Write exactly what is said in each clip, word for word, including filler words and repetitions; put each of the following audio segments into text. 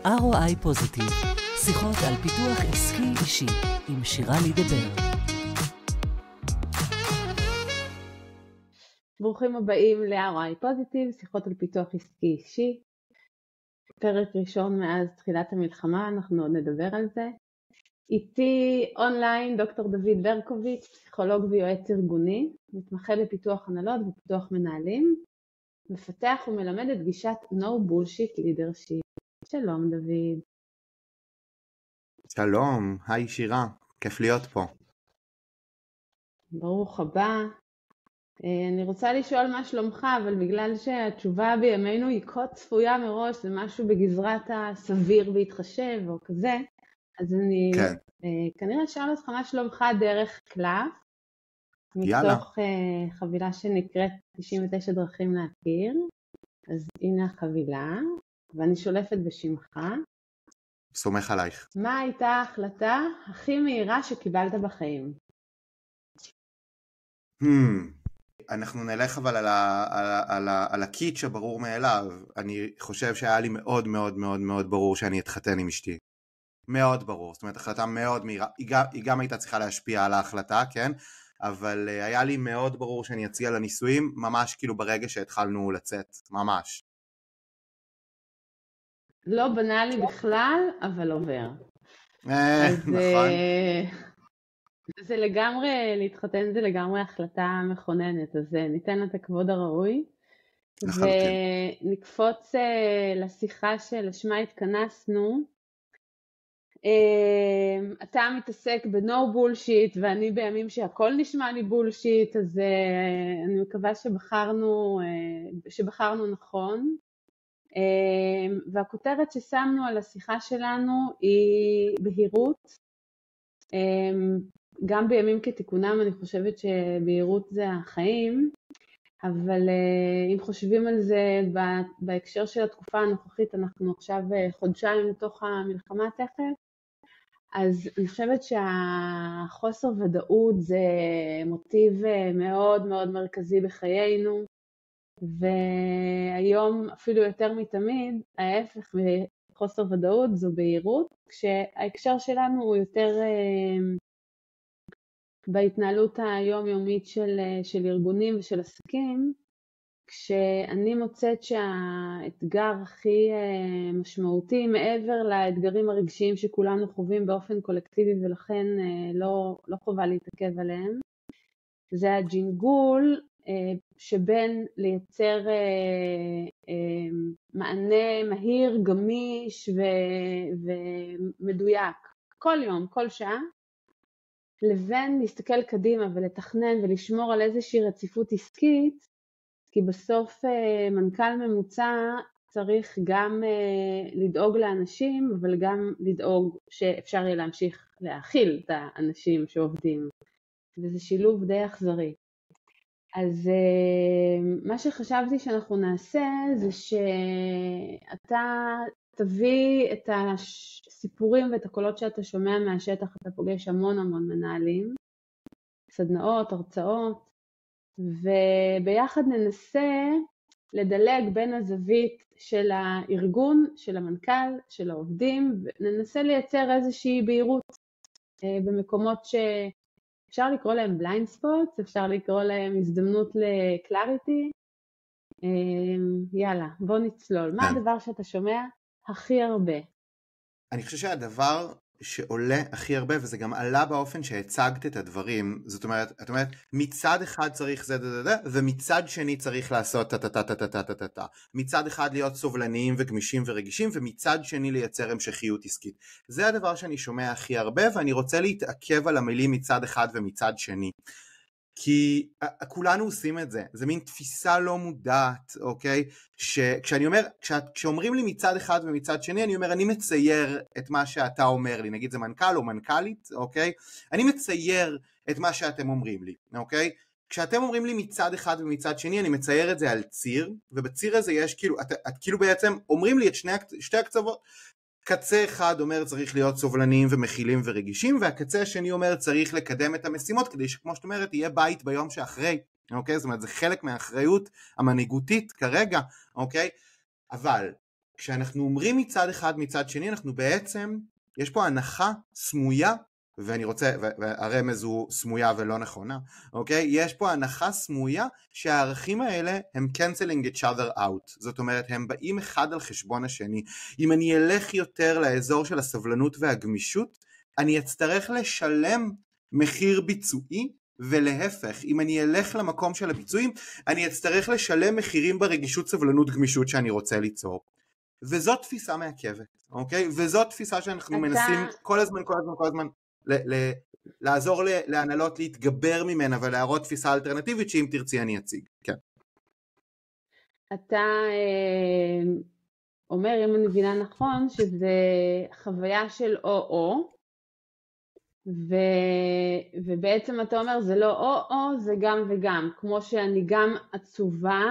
אר או איי פוזיטיב, שיחות על פיתוח עסקי אישי עם שירלי דבר. ברוכים הבאים ל-אר או איי פוזיטיב, שיחות על פיתוח עסקי אישי. פרק ראשון מאז תחילת המלחמה, אנחנו עוד נדבר על זה. איתי אונליין דוקטור דוד ברקוביץ', פסיכולוג ויועץ ארגוני, מתמחה בפיתוח הנהלות ופיתוח מנהלים, מפתח ומלמד את גישת No Bullshit Leadership. שלום דוד. שלום, היי שירה, כיף להיות פה. ברוך הבא. אני רוצה לשאול מה שלומך, אבל בגלל שהתשובה בימינו היא כה צפויה מראש, זה משהו בגזרת הסביר בהתחשב או כזה, אז אני כן. כנראה אשאל אותך מה שלומך דרך קלף, יאללה. מתוך חבילה שנקראת תשעים ותשע דרכים להכיר. אז הנה החבילה, ואני שולפת בשמך. סומך עלייך. מה הייתה ההחלטה הכי מהירה שקיבלת בחיים? Hmm. אנחנו נלך אבל על, ה, על, ה, על, ה, על הקיץ' הברור מאליו. אני חושב שהיה לי מאוד מאוד מאוד מאוד ברור שאני אתחתן עם אשתי. מאוד ברור, זאת אומרת החלטה מאוד מהירה, היא גם, היא גם הייתה צריכה להשפיע על ההחלטה, כן? אבל היה לי מאוד ברור שאני אציע לנישואים, ממש כאילו ברגע שהתחלנו לצאת, ממש. לא בנאלי בכלל, אבל עובר. נכון. זה לגמרי, להתחתן זה לגמרי החלטה מכוננת, אז ניתן לה את הכבוד הראוי. ונקפוץ לשיחה שלשמה התכנסנו. אתה מתעסק ב-No Bullshit, ואני בימים שהכל נשמע לי בולשיט, אז אני מקווה שבחרנו, שבחרנו נכון. והכותרת ששמנו על השיחה שלנו היא בהירות. גם בימים כתיקונם אני חושבת שבהירות זה החיים, אבל אם חושבים על זה בהקשר של התקופה הנוכחית, אנחנו עכשיו חודשיים לתוך המלחמה תכף, אז אני חושבת שהחוסר ודאות זה מוטיב מאוד מאוד מרכזי בחיינו, והיום אפילו יותר מתמיד, ההפך מחוסר ודאות זו בהירות, כשההקשר שלנו הוא יותר בהתנהלות היומיומית של, של ארגונים ושל עסקים, כשאני מוצאת שהאתגר הכי משמעותי, מעבר לאתגרים הרגשיים שכולנו חווים באופן קולקטיבי ולכן לא, לא חובה להתעכב עליהם, זה הג'ינגול שבין לייצר מענה מהיר, גמיש ומדויק כל יום, כל שעה, לבין להסתכל קדימה ולתכנן ולשמור על איזושהי רציפות עסקית, כי בסוף מנכ"ל ממוצע צריך גם לדאוג לאנשים, אבל גם לדאוג שאפשר יהיה להמשיך להאכיל את האנשים שעובדים, וזה שילוב די אכזרי. אז מה שחשבתי שאנחנו נעשה זה שאתה תביא את הסיפורים ואת הקולות שאתה שומע מהשטח, אתה פוגש המון המון מנהלים, סדנאות, הרצאות, וביחד ננסה לדלג בין הזווית של הארגון, של המנכ"ל, של העובדים, וננסה לייצר איזושהי בהירות במקומות שאפשר לקרוא להם בליינד ספוט, אפשר לקרוא להם הזדמנות לקלאריטי. יאללה, בוא נצלול. מה הדבר שאתה שומע הכי הרבה? אני חושב שהדבר שעולה הכי הרבה, וזה גם עלה באופן שהצגת את הדברים, זאת אומרת, את אומרת, מצד אחד צריך זה זה זה, ומצד שני צריך לעשות טה-טה-טה-טה-טה-טה. מצד אחד להיות סובלניים וגמישים ורגישים, ומצד שני לייצר המשכיות עסקית. זה הדבר שאני שומע הכי הרבה, ואני רוצה להתעכב על המילים מצד אחד ומצד שני. כי כולנו עושים את זה, זה מין תפיסה לא מודעת, אוקיי? שכשאני אומר, כשאומרים לי מצד אחד ומצד שני, אני אומר, אני מצייר את מה שאתה אומר לי, נגיד זה מנכ"ל או מנכ"לית, אוקיי? אני מצייר את מה שאתם אומרים לי, אוקיי? כשאתם אומרים לי מצד אחד ומצד שני, אני מצייר את זה על ציר, ובציר הזה יש כאילו, את, את כאילו בעצם אומרים לי את שני, שתי הקצוות, קצה אחד אומר צריך להיות סובלניים ומכילים ורגישים, והקצה השני אומר צריך לקדם את המשימות, כדי שכמו שאת אומרת יהיה בית ביום שאחרי, אוקיי? זאת אומרת זה חלק מהאחריות המנהיגותית כרגע, אוקיי? אבל כשאנחנו אומרים מצד אחד מצד שני, אנחנו בעצם, יש פה הנחה סמויה, ואני רוצה, והרמז הוא סמויה ולא נכונה, אוקיי? יש פה הנחה סמויה שהערכים האלה הם canceling each other out, זאת אומרת הם באים אחד על חשבון השני. אם אני אלך יותר לאזור של הסבלנות והגמישות, אני אצטרך לשלם מחיר ביצועי, ולהפך, אם אני אלך למקום של הביצועים, אני אצטרך לשלם מחירים ברגישות סבלנות גמישות שאני רוצה ליצור. וזאת תפיסה מעכבת, אוקיי? וזאת תפיסה שאנחנו אתה... מנסים כל הזמן, כל הזמן, כל הזמן, ל- ל- לעזור להנהלות להתגבר ממנה, ולהראות תפיסה אלטרנטיבית שאם תרצי אני אציג. כן. אתה אה, אומר, אם אני מבינה נכון, שזה חוויה של או-או, ו... ובעצם אתה אומר זה לא או-או, זה גם וגם, כמו שאני גם עצובה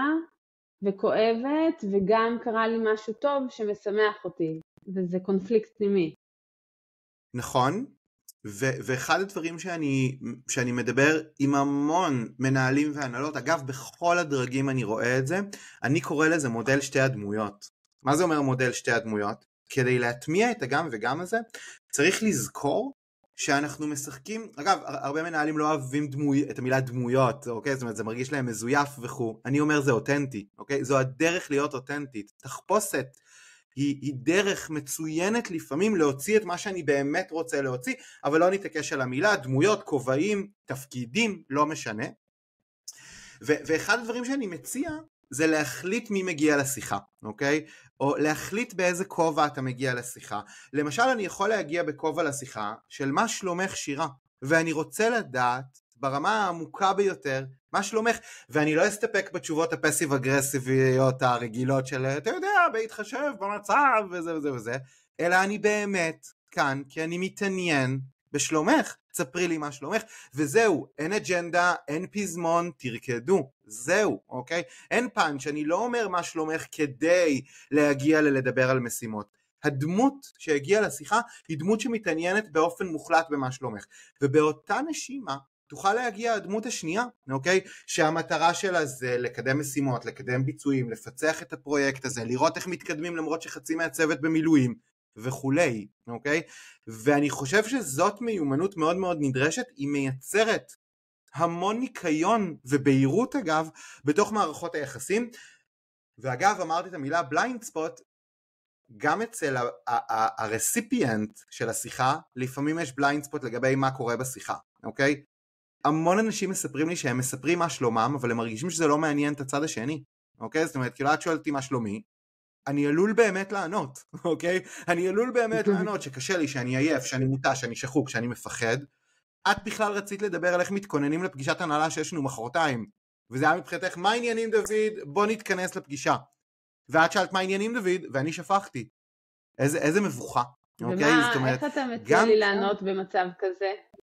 וכואבת וגם קרה לי משהו טוב שמשמח אותי, וזה קונפליקט פנימי. נכון, ו- ואחד הדברים שאני, שאני מדבר עם המון מנהלים והנהלות, אגב בכל הדרגים אני רואה את זה, אני קורא לזה מודל שתי הדמויות. מה זה אומר מודל שתי הדמויות? כדי להטמיע את הגם וגם הזה, צריך לזכור שאנחנו משחקים, אגב, הרבה מנהלים לא אוהבים דמוי, את המילה דמויות, אוקיי? זאת אומרת, זה מרגיש להם מזויף וכו'. אני אומר, זה אותנטי, אוקיי? זו הדרך להיות אותנטית. תחפושת היא, היא דרך מצוינת לפעמים להוציא את מה שאני באמת רוצה להוציא, אבל לא נתעקש על המילה, דמויות, כובעים, תפקידים, לא משנה. ו- ואחד הדברים שאני מציע, זה להחליט מי מגיע לשיחה, אוקיי? או להחליט באיזה כובע אתה מגיע לשיחה. למשל, אני יכול להגיע בכובע לשיחה של מה שלומך שירה, ואני רוצה לדעת ברמה העמוקה ביותר, מה שלומך, ואני לא אסתפק בתשובות הפסיב אגרסיביות הרגילות של, אתה יודע, בהתחשב במצב וזה וזה וזה, אלא אני באמת כאן, כי אני מתעניין בשלומך, תספרי לי מה שלומך, וזהו, אין אג'נדה, אין פזמון, תרקדו, זהו, אוקיי? אין פאנץ', אני לא אומר מה שלומך כדי להגיע ללדבר על משימות. הדמות שהגיעה לשיחה היא דמות שמתעניינת באופן מוחלט במה שלומך, ובאותה נשימה תוכל להגיע הדמות השנייה, אוקיי? שהמטרה שלה זה לקדם משימות, לקדם ביצועים, לפצח את הפרויקט הזה, לראות איך מתקדמים למרות שחצי מהצוות במילואים, וכולי, אוקיי? ואני חושב שזאת מיומנות מאוד מאוד נדרשת, היא מייצרת המון ניקיון ובהירות אגב, בתוך מערכות היחסים, ואגב אמרתי את המילה בליינד ספוט, גם אצל הרסיפיאנט של השיחה, לפעמים יש בליינד ספוט לגבי מה קורה בשיחה, אוקיי? המון אנשים מספרים לי שהם מספרים מה שלומם, אבל הם מרגישים שזה לא מעניין את הצד השני, אוקיי? זאת אומרת, כאילו את שואלת אותי מה שלומי, אני עלול באמת לענות, אוקיי? אני עלול באמת לענות שקשה לי, שאני עייף, שאני מוטה, שאני שחוק, שאני מפחד. את בכלל רצית לדבר על איך מתכוננים לפגישת הנהלה שיש לנו מחרתיים, וזה היה מבחינתך, מה עניינים דוד? בוא נתכנס לפגישה. ואת שאלת מה עניינים דוד, ואני שפכתי. איזה, איזה מבוכה, אוקיי? ומה, זאת אומרת, איך אתה מציע לי לענות במצב כזה?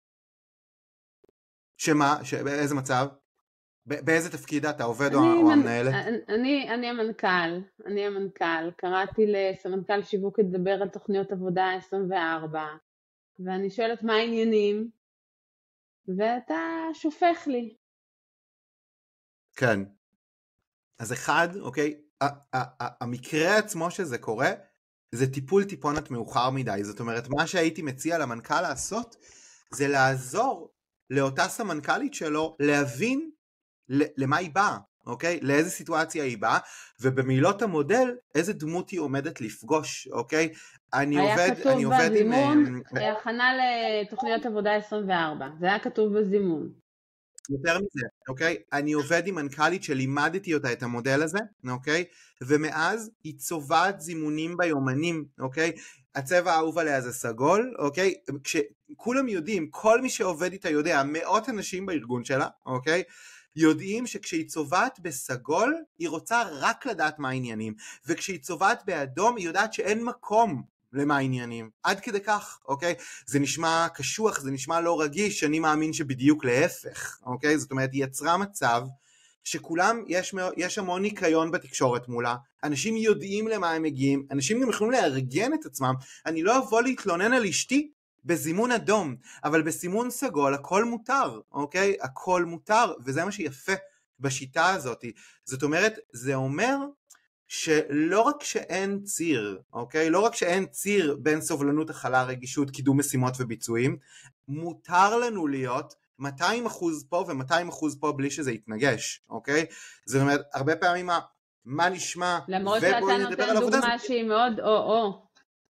שמה? ש... באיזה מצב? באיזה תפקיד אתה, עובד או, או המנהלת? אני, אני המנכ"ל, אני המנכ"ל, קראתי לסמנכ"ל שיווק לדבר על תוכניות עבודה עשרים וארבע, ואני שואלת מה העניינים, ואתה שופך לי. כן. אז אחד, אוקיי, המקרה עצמו שזה קורה, זה טיפול טיפונת מאוחר מדי, זאת אומרת, מה שהייתי מציע למנכ"ל לעשות, זה לעזור לאותה סמנכ"לית שלו, להבין למה היא באה, אוקיי? לאיזה סיטואציה היא באה, ובמילות המודל, איזה דמות היא עומדת לפגוש, אוקיי? אני עובד, אני עובד בזימון, עם... הכנה לתוכניות עבודה עשרים וארבע, זה היה כתוב בזימון. יותר מזה, אוקיי? אני עובד עם מנכ"לית שלימדתי אותה את המודל הזה, אוקיי? ומאז היא צובעת זימונים ביומנים, אוקיי? הצבע האהוב עליה זה סגול, אוקיי? כשכולם יודעים, כל מי שעובד איתה יודע, מאות אנשים בארגון שלה, אוקיי? יודעים שכשהיא צובעת בסגול, היא רוצה רק לדעת מה העניינים, וכשהיא צובעת באדום, היא יודעת שאין מקום למה העניינים, עד כדי כך, אוקיי? זה נשמע קשוח, זה נשמע לא רגיש, אני מאמין שבדיוק להפך, אוקיי? זאת אומרת, היא יצרה מצב שכולם, יש, יש המון ניקיון בתקשורת מולה, אנשים יודעים למה הם מגיעים, אנשים גם יכולים לארגן את עצמם, אני לא אבוא להתלונן על אשתי, בזימון אדום, אבל בסימון סגול הכל מותר, אוקיי? הכל מותר, וזה מה שיפה בשיטה הזאת. זאת אומרת, זה אומר שלא רק שאין ציר, אוקיי? לא רק שאין ציר בין סובלנות, הכלה, רגישות, קידום משימות וביצועים, מותר לנו להיות מאתיים אחוז פה ו-מאתיים אחוז פה בלי שזה יתנגש, אוקיי? זאת אומרת, הרבה פעמים מה נשמע, למרות שאתה נותן דוגמה שהיא מאוד או-או.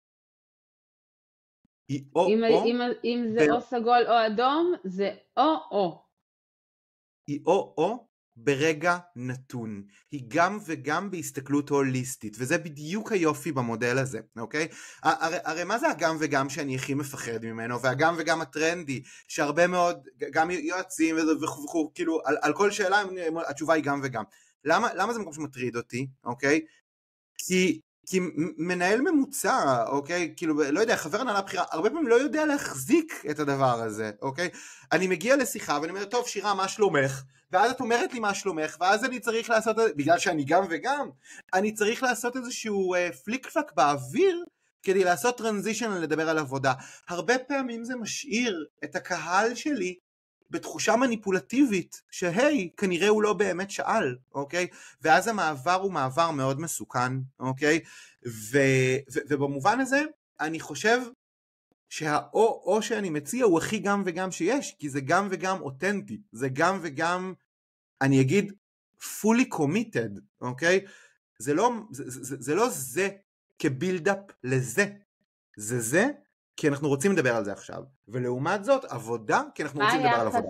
אם, אם, אם זה ב... או סגול או אדום, זה או-או. היא או-או ברגע נתון. היא גם וגם בהסתכלות הוליסטית, וזה בדיוק היופי במודל הזה, אוקיי? הרי, הרי מה זה הגם וגם שאני הכי מפחד ממנו, והגם וגם הטרנדי, שהרבה מאוד, גם יועצים וכו' וכו', כאילו, על, על כל שאלה התשובה היא גם וגם. למה, למה זה מקום שמטריד אותי, אוקיי? כי... כי מנהל ממוצע, אוקיי, כאילו, לא יודע, חבר הנהלה בחירה, הרבה פעמים לא יודע להחזיק את הדבר הזה, אוקיי? אני מגיע לשיחה ואני אומר, טוב, שירה, מה שלומך? ואז את אומרת לי מה שלומך, ואז אני צריך לעשות, בגלל שאני גם וגם, אני צריך לעשות איזשהו uh, פליק פלק באוויר, כדי לעשות טרנזישן לדבר על עבודה. הרבה פעמים זה משאיר את הקהל שלי, בתחושה מניפולטיבית, שהי, כנראה הוא לא באמת שאל, אוקיי? ואז המעבר הוא מעבר מאוד מסוכן, אוקיי? ו- ו- ובמובן הזה, אני חושב שהאו-או שאני מציע הוא הכי גם וגם שיש, כי זה גם וגם אותנטי, זה גם וגם, אני אגיד, fully committed, אוקיי? זה לא זה, זה, זה, לא זה כבילדאפ לזה, זה זה, כי אנחנו רוצים לדבר על זה עכשיו, ולעומת זאת עבודה, כי אנחנו רוצים לדבר על עבודה.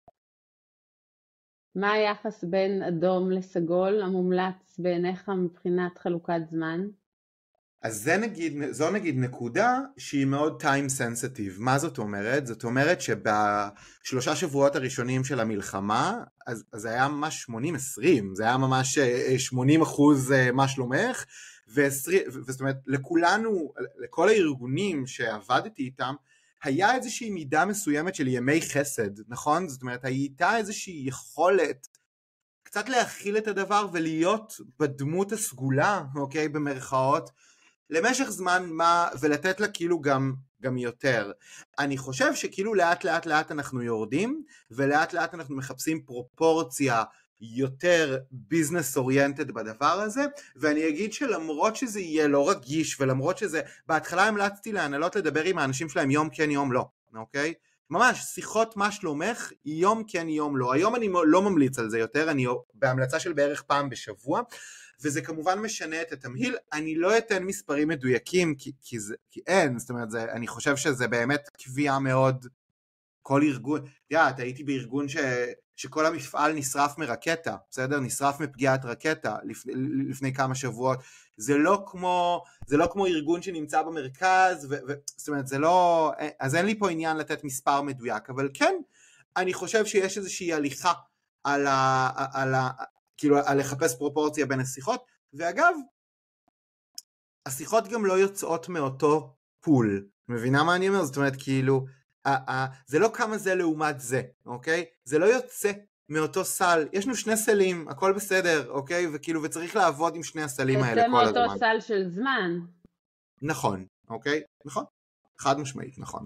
מה היחס בין אדום לסגול המומלץ בעיניך מבחינת חלוקת זמן? אז זה נגיד, זו נגיד נקודה שהיא מאוד time sensitive. מה זאת אומרת? זאת אומרת שבשלושה שבועות הראשונים של המלחמה, אז, אז זה היה ממש שמונים עשרים, זה היה ממש שמונים אחוז מה שלומך, וזאת אומרת, לכולנו, לכל הארגונים שעבדתי איתם, היה איזושהי מידה מסוימת של ימי חסד, נכון? זאת אומרת, הייתה איזושהי יכולת קצת להכיל את הדבר ולהיות בדמות הסגולה, אוקיי, במרכאות, למשך זמן מה, ולתת לה כאילו גם, גם יותר. אני חושב שכאילו לאט לאט לאט אנחנו יורדים, ולאט לאט אנחנו מחפשים פרופורציה יותר ביזנס אוריינטד בדבר הזה, ואני אגיד שלמרות שזה יהיה לא רגיש, ולמרות שזה, בהתחלה המלצתי להנהלות לדבר עם האנשים שלהם יום כן יום לא, אוקיי? ממש, שיחות מה שלומך, יום כן יום לא. היום אני לא ממליץ על זה יותר, אני בהמלצה של בערך פעם בשבוע, וזה כמובן משנה את התמהיל. אני לא אתן מספרים מדויקים, כי, כי, זה, כי אין, זאת אומרת, זה, אני חושב שזה באמת קביעה מאוד, כל ארגון, יאת, הייתי בארגון ש, שכל המפעל נשרף מרקטה, בסדר? נשרף מפגיעת רקטה לפני, לפני כמה שבועות. זה לא כמו, זה לא כמו ארגון שנמצא במרכז, ו, ו, זאת אומרת, זה לא, אז אין לי פה עניין לתת מספר מדויק, אבל כן, אני חושב שיש איזושהי הליכה על ה, על ה, כאילו, על לחפש פרופורציה בין השיחות, ואגב, השיחות גם לא יוצאות מאותו פול, מבינה מה אני אומר? זאת אומרת, כאילו, זה לא כמה זה לעומת זה, אוקיי? זה לא יוצא מאותו סל, יש לנו שני סלים, הכל בסדר, אוקיי? וכאילו, וצריך לעבוד עם שני הסלים האלה כל הזמן. יוצא מאותו סל של זמן. נכון, אוקיי? נכון, חד משמעית, נכון.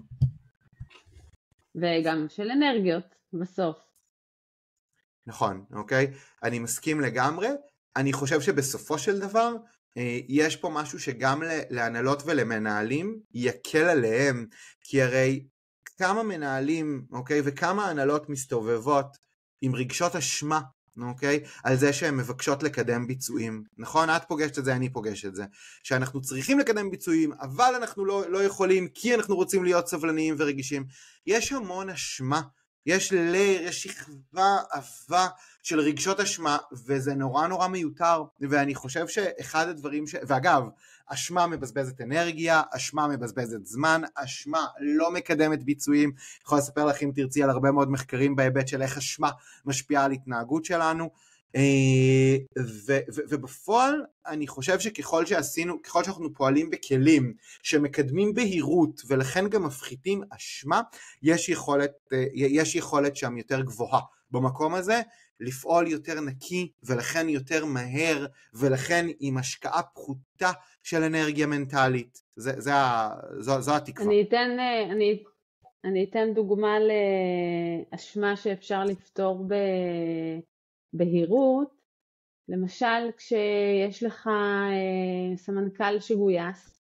וגם של אנרגיות, בסוף. נכון, אוקיי? אני מסכים לגמרי, אני חושב שבסופו של דבר, יש פה משהו שגם להנהלות ולמנהלים יקל עליהם, כי הרי כמה מנהלים, אוקיי, וכמה הנהלות מסתובבות עם רגשות אשמה, אוקיי, על זה שהן מבקשות לקדם ביצועים, נכון? את פוגשת את זה, אני פוגש את זה, שאנחנו צריכים לקדם ביצועים, אבל אנחנו לא, לא יכולים, כי אנחנו רוצים להיות סבלניים ורגישים. יש המון אשמה, יש ליר, יש שכבה אהבה של רגשות אשמה, וזה נורא נורא מיותר, ואני חושב שאחד הדברים ש... ואגב, אשמה מבזבזת אנרגיה, אשמה מבזבזת זמן, אשמה לא מקדמת ביצועים. אני יכול לספר לך אם תרצי על הרבה מאוד מחקרים בהיבט של איך אשמה משפיעה על התנהגות שלנו, ו- ו- ובפועל אני חושב שככל שעשינו, ככל שאנחנו פועלים בכלים שמקדמים בהירות ולכן גם מפחיתים אשמה, יש יכולת, יש יכולת שם יותר גבוהה במקום הזה, לפעול יותר נקי ולכן יותר מהר ולכן עם השקעה פחותה של אנרגיה מנטלית. זה, זה, זו, זו התקווה. אני אתן, אני, אני אתן דוגמה לאשמה שאפשר לפתור ב... בהירות, למשל, כשיש לך אה, סמנכ"ל שגויס,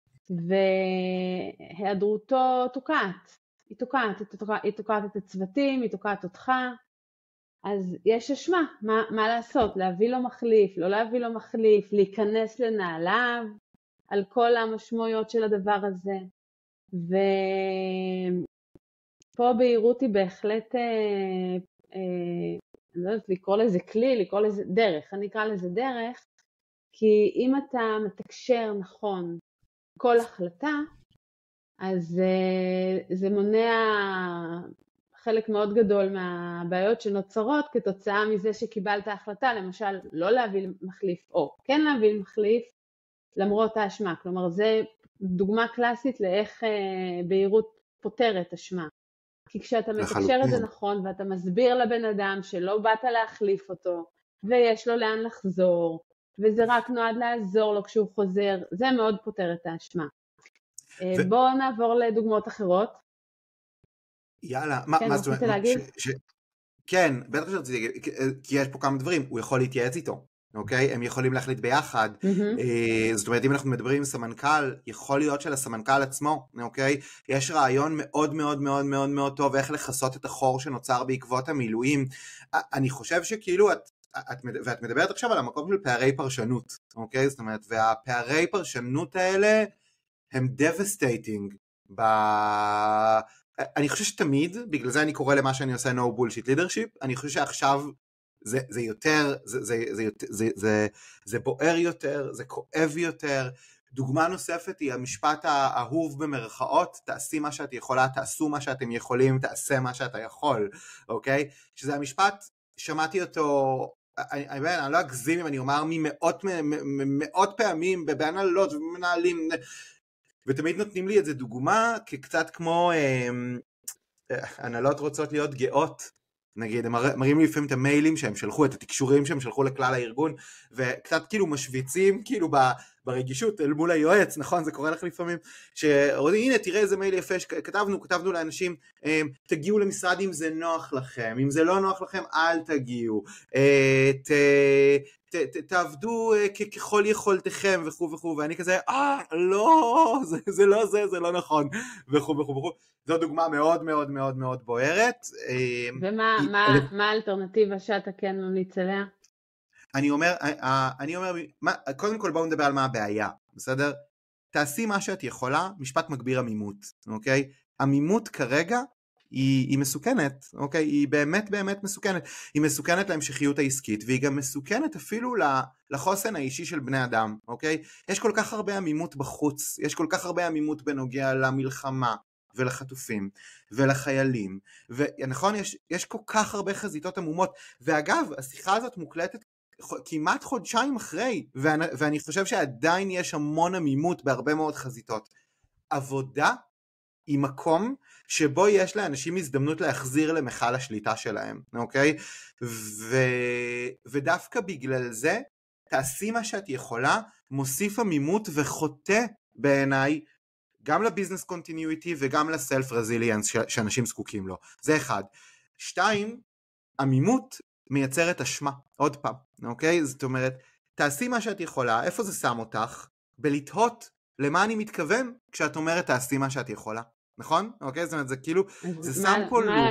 והיעדרותו תוקעת, היא תוקעת, היא תוקעת, היא תוקעת את הצוותים, היא תוקעת אותך, אז יש אשמה, מה, מה לעשות? להביא לו מחליף, לא להביא לו מחליף, להיכנס לנעליו, על כל המשמעויות של הדבר הזה. ופה בהירות היא בהחלט, אה, אה, אני לא יודעת לקרוא לזה כלי, לקרוא לזה דרך, אני אקרא לזה דרך, כי אם אתה מתקשר נכון כל החלטה, אז אה, זה מונע חלק מאוד גדול מהבעיות שנוצרות כתוצאה מזה שקיבלת החלטה, למשל לא להביא מחליף או כן להביא מחליף למרות האשמה. כלומר, זה דוגמה קלאסית לאיך אה, בהירות פותרת אשמה. כי כשאתה מתקשר את זה נכון ואתה מסביר לבן אדם שלא באת להחליף אותו ויש לו לאן לחזור וזה רק נועד לעזור לו כשהוא חוזר, זה מאוד פותר את האשמה. ו... בואו נעבור לדוגמאות אחרות. יאללה, מה, כן, מה זאת אומרת? להגיד? ש, ש... כן, בטח שרציתי להגיד, כי יש פה כמה דברים, הוא יכול להתייעץ איתו, אוקיי? הם יכולים להחליט ביחד, mm-hmm. זאת אומרת, אם אנחנו מדברים עם סמנכ"ל, יכול להיות שלסמנכ"ל עצמו, אוקיי? יש רעיון מאוד מאוד מאוד מאוד מאוד טוב, איך לחסות את החור שנוצר בעקבות המילואים. אני חושב שכאילו, את, את, ואת מדברת עכשיו על המקום של פערי פרשנות, אוקיי? זאת אומרת, והפערי פרשנות האלה, הם devastating ב... אני חושב שתמיד, בגלל זה אני קורא למה שאני עושה no bullshit leadership, אני חושב שעכשיו זה, זה יותר, זה, זה, זה, זה, זה, זה בוער יותר, זה כואב יותר. דוגמה נוספת היא המשפט האהוב במרכאות, תעשי מה שאת יכולה, תעשו מה שאתם יכולים, תעשה מה שאתה יכול, אוקיי? שזה המשפט, שמעתי אותו, אני, אני, אני לא אגזים אם אני אומר ממאות מאות פעמים בהנהלות ומנהלים, ותמיד נותנים לי את זה דוגמה, כקצת כמו אה, הנהלות רוצות להיות גאות, נגיד, הם מראים לי לפעמים את המיילים שהם שלחו, את התקשורים שהם שלחו לכלל הארגון, וקצת כאילו משוויצים כאילו ברגישות אל מול היועץ, נכון? זה קורה לך לפעמים, שהנה תראה איזה מייל יפה שכתבנו, כתבנו לאנשים, תגיעו למשרד אם זה נוח לכם, אם זה לא נוח לכם אל תגיעו, ת... ת, ת, תעבדו uh, ככל יכולתכם וכו' וכו', ואני כזה, אה, לא, זה, זה לא זה, זה לא נכון, וכו' וכו' וכו'. זו דוגמה מאוד מאוד מאוד מאוד בוערת. ומה היא, מה, אל... מה האלטרנטיבה שאתה כן ממליץ עליה? אני אומר, אני אומר, מה, קודם כל בואו נדבר על מה הבעיה, בסדר? תעשי מה שאת יכולה, משפט מגביר עמימות, אוקיי? עמימות כרגע, היא, היא מסוכנת, אוקיי? היא באמת באמת מסוכנת. היא מסוכנת להמשכיות העסקית, והיא גם מסוכנת אפילו לחוסן האישי של בני אדם, אוקיי? יש כל כך הרבה עמימות בחוץ, יש כל כך הרבה עמימות בנוגע למלחמה, ולחטופים, ולחיילים, ונכון, יש, יש כל כך הרבה חזיתות עמומות, ואגב, השיחה הזאת מוקלטת כמעט חודשיים אחרי, ואני, ואני חושב שעדיין יש המון עמימות בהרבה מאוד חזיתות. עבודה היא מקום שבו יש לאנשים הזדמנות להחזיר למחל השליטה שלהם, אוקיי? ו... ודווקא בגלל זה, תעשי מה שאת יכולה, מוסיף עמימות וחוטא בעיניי, גם לביזנס קונטיניויטי וגם לסלף רזיליאנס שאנשים זקוקים לו. זה אחד. שתיים, עמימות מייצרת אשמה. עוד פעם, אוקיי? זאת אומרת, תעשי מה שאת יכולה, איפה זה שם אותך? בלתהות למה אני מתכוון כשאת אומרת תעשי מה שאת יכולה. נכון? אוקיי? זאת אומרת, זה כאילו, זה שם פה לו.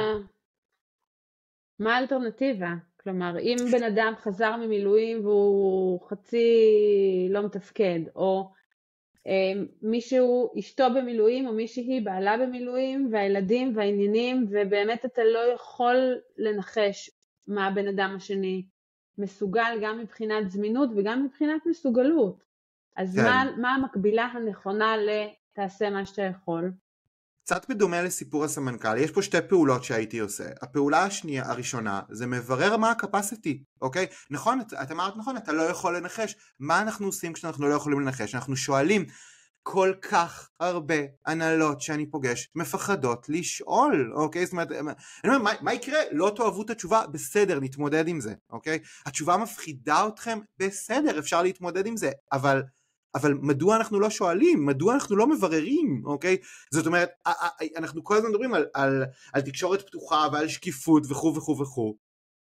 מה האלטרנטיבה? כלומר, אם בן אדם חזר ממילואים והוא חצי לא מתפקד, או אה, מישהו, אשתו במילואים, או מישהי בעלה במילואים, והילדים והעניינים, ובאמת אתה לא יכול לנחש מה הבן אדם השני מסוגל, גם מבחינת זמינות וגם מבחינת מסוגלות. אז כן. מה, מה המקבילה הנכונה לתעשה מה שאתה יכול? קצת בדומה לסיפור הסמנכ"ל, יש פה שתי פעולות שהייתי עושה. הפעולה השנייה, הראשונה, זה מברר מה הקפסיטי, אוקיי? נכון, את, את אמרת נכון, אתה לא יכול לנחש. מה אנחנו עושים כשאנחנו לא יכולים לנחש? אנחנו שואלים, כל כך הרבה הנהלות שאני פוגש מפחדות לשאול, אוקיי? זאת אומרת, אני אומר, מה, מה יקרה? לא תאהבו את התשובה? בסדר, נתמודד עם זה, אוקיי? התשובה מפחידה אתכם? בסדר, אפשר להתמודד עם זה, אבל... אבל מדוע אנחנו לא שואלים? מדוע אנחנו לא מבררים? אוקיי? זאת אומרת, אנחנו כל הזמן מדברים על, על, על תקשורת פתוחה ועל שקיפות וכו' וכו' וכו'.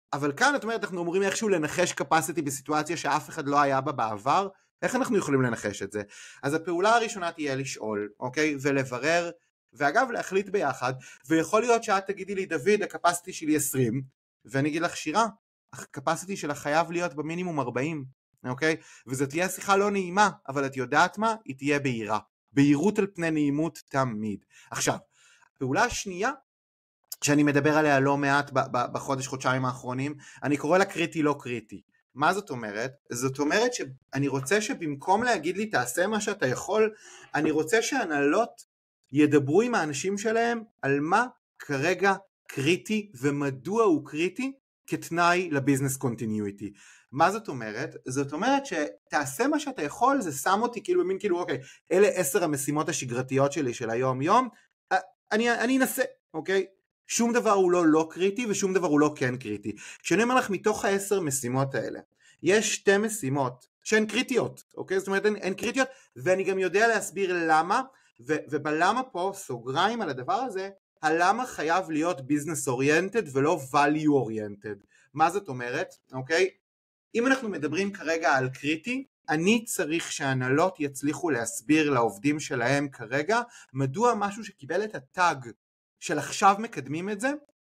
אבל כאן את אומרת, אנחנו אמורים איכשהו לנחש capacity בסיטואציה שאף אחד לא היה בה בעבר, איך אנחנו יכולים לנחש את זה? אז הפעולה הראשונה תהיה לשאול, אוקיי? ולברר, ואגב להחליט ביחד, ויכול להיות שאת תגידי לי, דוד, הקפסיטי שלי עשרים, ואני אגיד לך, שירה, הקפסיטי שלה חייב להיות במינימום ארבעים, אוקיי? וזו תהיה שיחה לא נעימה, אבל את יודעת מה? היא תהיה בהירה. בהירות על פני נעימות תמיד. עכשיו, פעולה השנייה, שאני מדבר עליה לא מעט בחודש, חודשיים האחרונים, אני קורא לה קריטי לא קריטי. מה זאת אומרת? זאת אומרת שאני רוצה שבמקום להגיד לי תעשה מה שאתה יכול, אני רוצה שהנהלות ידברו עם האנשים שלהם על מה כרגע קריטי ומדוע הוא קריטי כתנאי לביזנס קונטיניויטי. מה זאת אומרת? זאת אומרת שתעשה מה שאתה יכול, זה שם אותי כאילו במין כאילו אוקיי, אלה עשר המשימות השגרתיות שלי של היום יום, אני, אני אנסה, אוקיי? שום דבר הוא לא לא קריטי ושום דבר הוא לא כן קריטי. כשאני אומר לך מתוך העשר משימות האלה, יש שתי משימות שהן קריטיות, אוקיי? זאת אומרת הן, הן קריטיות, ואני גם יודע להסביר למה, ו, ובלמה פה סוגריים על הדבר הזה, הלמה חייב להיות ביזנס אוריינטד ולא value אוריינטד. מה זאת אומרת? אוקיי? אם אנחנו מדברים כרגע על קריטי, אני צריך שהנהלות יצליחו להסביר לעובדים שלהם כרגע, מדוע משהו שקיבל את הטאג של עכשיו מקדמים את זה,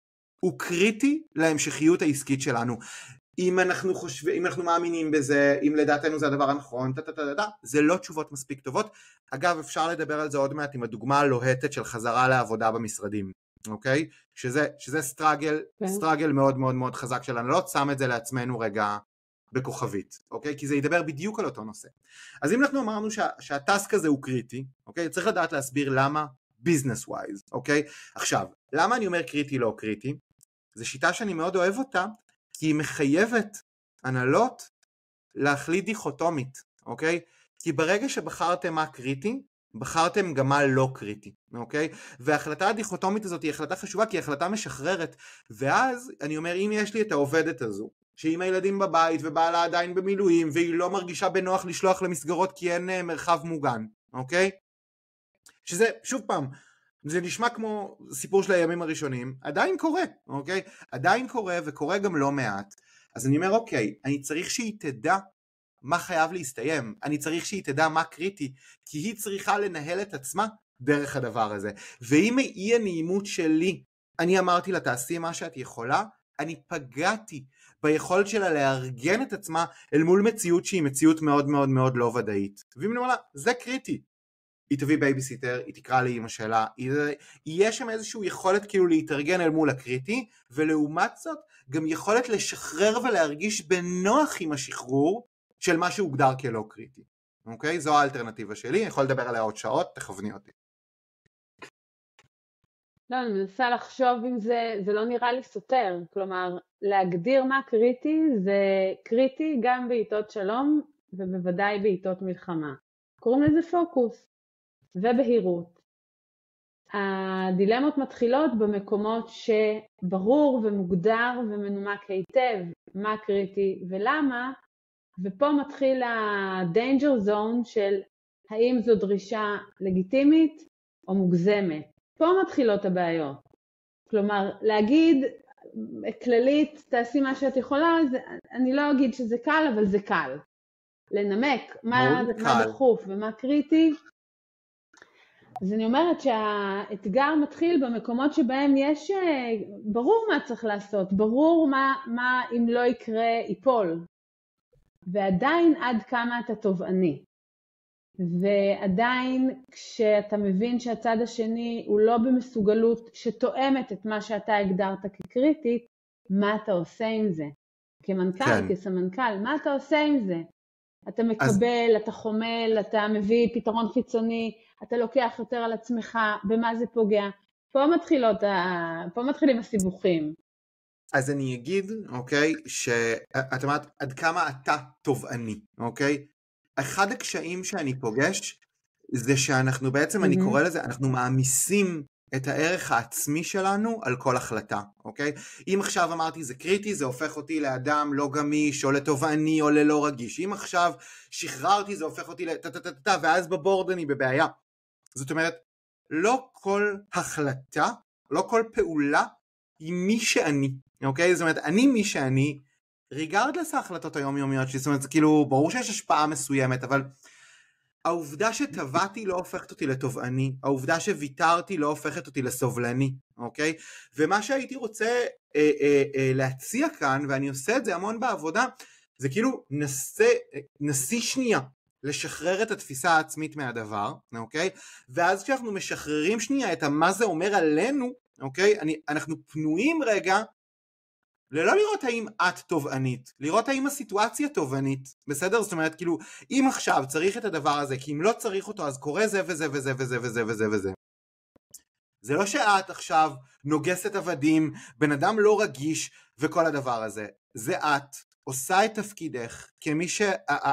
הוא קריטי להמשכיות העסקית שלנו. אם אנחנו חושבים, אם אנחנו מאמינים בזה, אם לדעתנו זה הדבר הנכון, ת, ת, ת, ת, זה לא תשובות מספיק טובות. אגב, אפשר לדבר על זה עוד מעט עם הדוגמה הלוהטת של חזרה לעבודה במשרדים, אוקיי? שזה, שזה סטרגל, כן. סטרגל מאוד מאוד מאוד חזק שלנו. לא שם את זה לעצמנו רגע בכוכבית, אוקיי? כי זה ידבר בדיוק על אותו נושא. אז אם אנחנו אמרנו שה, שהטסק הזה הוא קריטי, אוקיי? צריך לדעת להסביר למה business wise, אוקיי? עכשיו, למה אני אומר קריטי לא קריטי? זו שיטה שאני מאוד אוהב אותה, כי היא מחייבת הנהלות להחליט דיכוטומית, אוקיי? כי ברגע שבחרתם מה קריטי, בחרתם גם מה לא קריטי, אוקיי? וההחלטה הדיכוטומית הזאת היא החלטה חשובה, כי היא החלטה משחררת, ואז אני אומר, אם יש לי את העובדת הזו, שאם הילדים בבית ובעלה עדיין במילואים, והיא לא מרגישה בנוח לשלוח למסגרות כי אין מרחב מוגן, אוקיי? שזה, שוב פעם, זה נשמע כמו סיפור של הימים הראשונים, עדיין קורה, אוקיי? עדיין קורה וקורה גם לא מעט. אז אני אומר, אוקיי, אני צריך שהיא תדע מה חייב להסתיים, אני צריך שהיא תדע מה קריטי, כי היא צריכה לנהל את עצמה דרך הדבר הזה. ואם אי הנעימות שלי, אני אמרתי לה, תעשי מה שאת יכולה, אני פגעתי ביכולת שלה לארגן את עצמה אל מול מציאות שהיא מציאות מאוד מאוד מאוד לא ודאית. ואם אני אומר לה, זה קריטי. היא תביא בייביסיטר, היא תקרא לאמא שלה, יהיה שם איזושהי יכולת כאילו להתארגן אל מול הקריטי, ולעומת זאת גם יכולת לשחרר ולהרגיש בנוח עם השחרור של מה שהוגדר כלא קריטי. אוקיי? זו האלטרנטיבה שלי, אני יכול לדבר עליה עוד שעות, תכווני אותי. לא, אני מנסה לחשוב אם זה, זה לא נראה לי סותר, כלומר, להגדיר מה קריטי, זה קריטי גם בעיתות שלום, ובוודאי בעיתות מלחמה. קוראים לזה פוקוס. ובהירות. הדילמות מתחילות במקומות שברור ומוגדר ומנומק היטב מה קריטי ולמה, ופה מתחיל ה-danger zone של האם זו דרישה לגיטימית או מוגזמת. פה מתחילות הבעיות. כלומר, להגיד כללית, תעשי מה שאת יכולה, זה, אני לא אגיד שזה קל, אבל זה קל. לנמק מה, מה דחוף ומה קריטי, אז אני אומרת שהאתגר מתחיל במקומות שבהם יש, ברור מה צריך לעשות, ברור מה, מה אם לא יקרה ייפול, ועדיין עד כמה אתה תובעני, ועדיין כשאתה מבין שהצד השני הוא לא במסוגלות שתואמת את מה שאתה הגדרת כקריטית, מה אתה עושה עם זה? כמנכ"ל, כן. כסמנכ"ל, מה אתה עושה עם זה? אתה מקבל, אז... אתה חומל, אתה מביא פתרון חיצוני, אתה לוקח יותר על עצמך, במה זה פוגע. פה מתחילות, פה מתחילים הסיבוכים. אז אני אגיד, אוקיי, שאת אומרת, עד כמה אתה תובעני, אוקיי? אחד הקשיים שאני פוגש, זה שאנחנו בעצם, mm-hmm. אני קורא לזה, אנחנו מעמיסים את הערך העצמי שלנו על כל החלטה, אוקיי? אם עכשיו אמרתי זה קריטי, זה הופך אותי לאדם לא גמיש, או לתובעני, או ללא רגיש. אם עכשיו שחררתי, זה הופך אותי לטטטטטה, ואז בבורד אני בבעיה. זאת אומרת, לא כל החלטה, לא כל פעולה, עם מי שאני, אוקיי? זאת אומרת, אני מי שאני, ריגרדלס ההחלטות היומיומיות שלי, זאת אומרת, כאילו, ברור שיש השפעה מסוימת, אבל העובדה שטבעתי לא הופכת אותי לתובעני, העובדה שוויתרתי לא הופכת אותי לסובלני, אוקיי? ומה שהייתי רוצה אה, אה, אה, להציע כאן, ואני עושה את זה המון בעבודה, זה כאילו נסה, נסי שנייה, לשחרר את התפיסה העצמית מהדבר, אוקיי? ואז כשאנחנו משחררים שנייה את מה זה אומר עלינו, אוקיי? אני, אנחנו פנויים רגע, ללא לראות האם את תובענית, לראות האם הסיטואציה תובענית, בסדר? זאת אומרת, כאילו, אם עכשיו צריך את הדבר הזה, כי אם לא צריך אותו, אז קורה זה וזה וזה וזה וזה וזה וזה. זה לא שאת עכשיו נוגסת עבדים, בן אדם לא רגיש וכל הדבר הזה. זה את עושה את תפקידך כמי שה...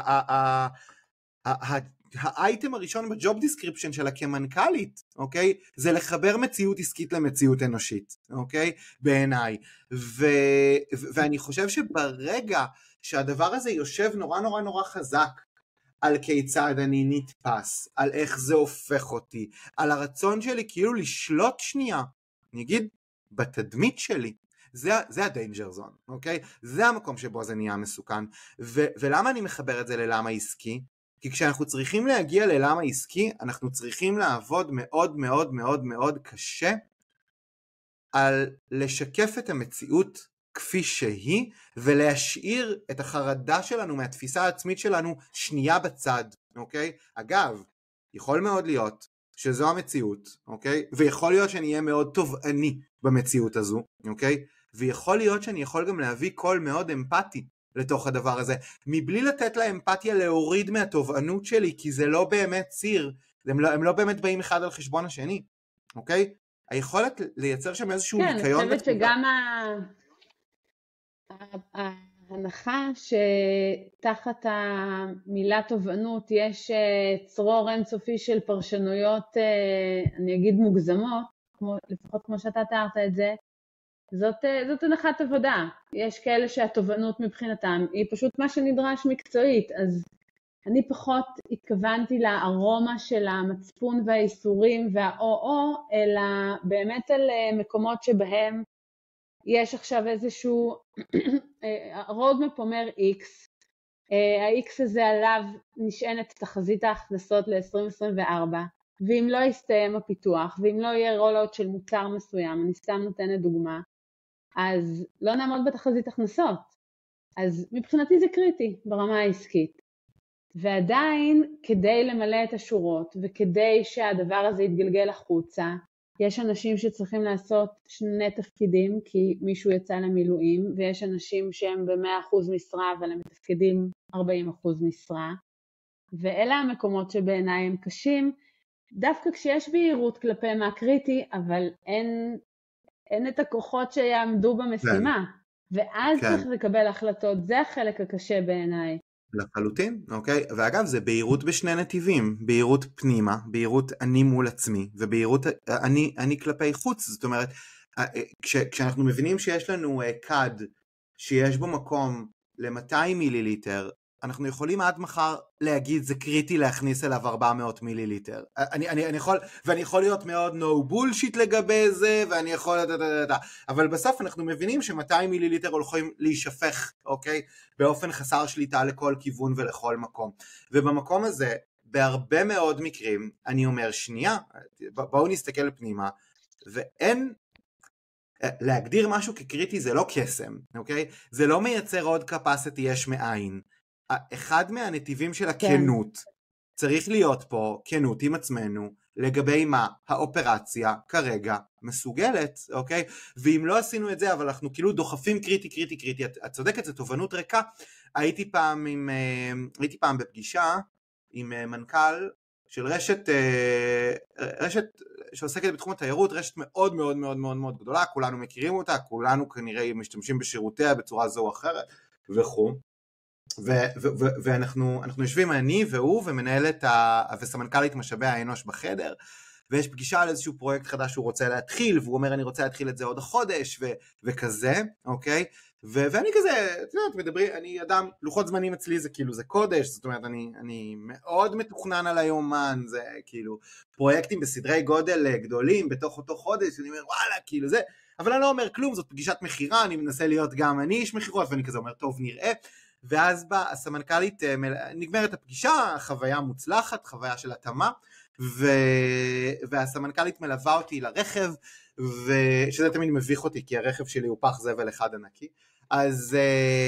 האייטם הראשון בג'וב דיסקריפשן שלה כמנכ"לית, אוקיי? זה לחבר מציאות עסקית למציאות אנושית, אוקיי? בעיניי. ו, ו, ואני חושב שברגע שהדבר הזה יושב נורא נורא נורא חזק על כיצד אני נתפס, על איך זה הופך אותי, על הרצון שלי כאילו לשלוט שנייה, אני אגיד, בתדמית שלי, זה, זה הדיינג'ר זון, אוקיי? זה המקום שבו זה נהיה מסוכן. ו, ולמה אני מחבר את זה ללמה עסקי? כי כשאנחנו צריכים להגיע ללמה עסקי, אנחנו צריכים לעבוד מאוד מאוד מאוד מאוד קשה על לשקף את המציאות כפי שהיא, ולהשאיר את החרדה שלנו מהתפיסה העצמית שלנו שנייה בצד, אוקיי? אגב, יכול מאוד להיות שזו המציאות, אוקיי? ויכול להיות שאני אהיה מאוד תובעני במציאות הזו, אוקיי? ויכול להיות שאני יכול גם להביא קול מאוד אמפתי לתוך הדבר הזה, מבלי לתת לאמפתיה להוריד מהתובענות שלי, כי זה לא באמת ציר, הם לא, הם לא באמת באים אחד על חשבון השני, אוקיי? היכולת לייצר שם איזשהו כן, ניקיון. כן, אני חושבת שגם ההנחה שתחת המילה תובענות יש צרור אינסופי של פרשנויות, אני אגיד מוגזמות, כמו, לפחות כמו שאתה תיארת את זה, זאת, זאת הנחת עבודה. יש כאלה שהתובענות מבחינתם היא פשוט מה שנדרש מקצועית, אז אני פחות התכוונתי לארומה של המצפון והאיסורים והאו-או, אלא באמת על מקומות שבהם יש עכשיו איזשהו, הרודמפ אומר X, ה-X הזה עליו נשענת תחזית ההכנסות ל-עשרים עשרים וארבע, ואם לא יסתיים הפיתוח, ואם לא יהיה רולאוט של מוצר מסוים, אני סתם נותנת דוגמה, אז לא נעמוד בתחזית הכנסות. אז מבחינתי זה קריטי ברמה העסקית. ועדיין, כדי למלא את השורות, וכדי שהדבר הזה יתגלגל החוצה, יש אנשים שצריכים לעשות שני תפקידים, כי מישהו יצא למילואים, ויש אנשים שהם ב-מאה אחוז משרה, אבל הם מתפקדים ארבעים אחוז משרה. ואלה המקומות שבעיניי הם קשים, דווקא כשיש בהירות כלפי מה קריטי, אבל אין, אין את הכוחות שיעמדו במשימה. כן. ואז כן. צריך לקבל החלטות, זה החלק הקשה בעיניי. לחלוטין, אוקיי? ואגב, זה בהירות בשני נתיבים, בהירות פנימה, בהירות אני מול עצמי, ובהירות אני, אני כלפי חוץ. זאת אומרת, כש, כשאנחנו מבינים שיש לנו קד שיש בו מקום ל-מאתיים מיליליטר, אנחנו יכולים עד מחר להגיד זה קריטי להכניס אליו ארבע מאות מיליליטר. אני, אני, אני יכול, ואני יכול להיות מאוד no bullshit לגבי זה, ואני יכול, אבל בסוף אנחנו מבינים ש-מאתיים מיליליטר הולכים להישפך, אוקיי? באופן חסר שליטה לכל כיוון ולכל מקום. ובמקום הזה, בהרבה מאוד מקרים, אני אומר, שנייה, בואו נסתכל פנימה, ואין, להגדיר משהו כקריטי זה לא קסם, אוקיי? זה לא מייצר עוד capacity יש מאין. אחד מהנתיבים של הכנות צריך להיות פה כנות עם עצמנו לגבי מה האופרציה כרגע מסוגלת, אוקיי? ואם לא עשינו את זה, אבל אנחנו כאילו דוחפים קריטי, קריטי, קריטי, את, את צודקת, זה תובנות ריקה. הייתי פעם, עם, הייתי פעם בפגישה עם מנכ"ל של רשת, רשת שעוסקת בתחום התיירות, רשת מאוד מאוד מאוד מאוד מאוד גדולה, כולנו מכירים אותה, כולנו כנראה משתמשים בשירותיה בצורה זו או אחרת וכו'. ואנחנו אנחנו יושבים אני והוא ומנהלת וסמנכ"לית משאבי האנוש בחדר, ויש פגישה על איזשהו פרויקט חדש שהוא רוצה להתחיל, והוא אומר אני רוצה להתחיל את זה עוד החודש וכזה, אוקיי? ואני כזה, את יודעת, מדברים, אני אדם, לוחות זמנים אצלי זה כאילו זה קודש, זאת אומרת אני אני מאוד מתוכנן על היומן, זה כאילו פרויקטים בסדרי גודל גדולים בתוך אותו חודש, אני אומר וואלה כאילו זה, אבל אני לא אומר כלום, זאת פגישת מחירה, אני מנסה להיות גם אני איש מחירות, ואני כזה אומר, טוב, נראה. ואז באה הסמנכ"לית, נגמרת הפגישה, חוויה מוצלחת, חוויה של התאמה, ו... והסמנכ"לית מלווה אותי לרכב, ושזה תמיד מביך אותי, כי הרכב שלי הוא פח זבל אחד ענקי, אז,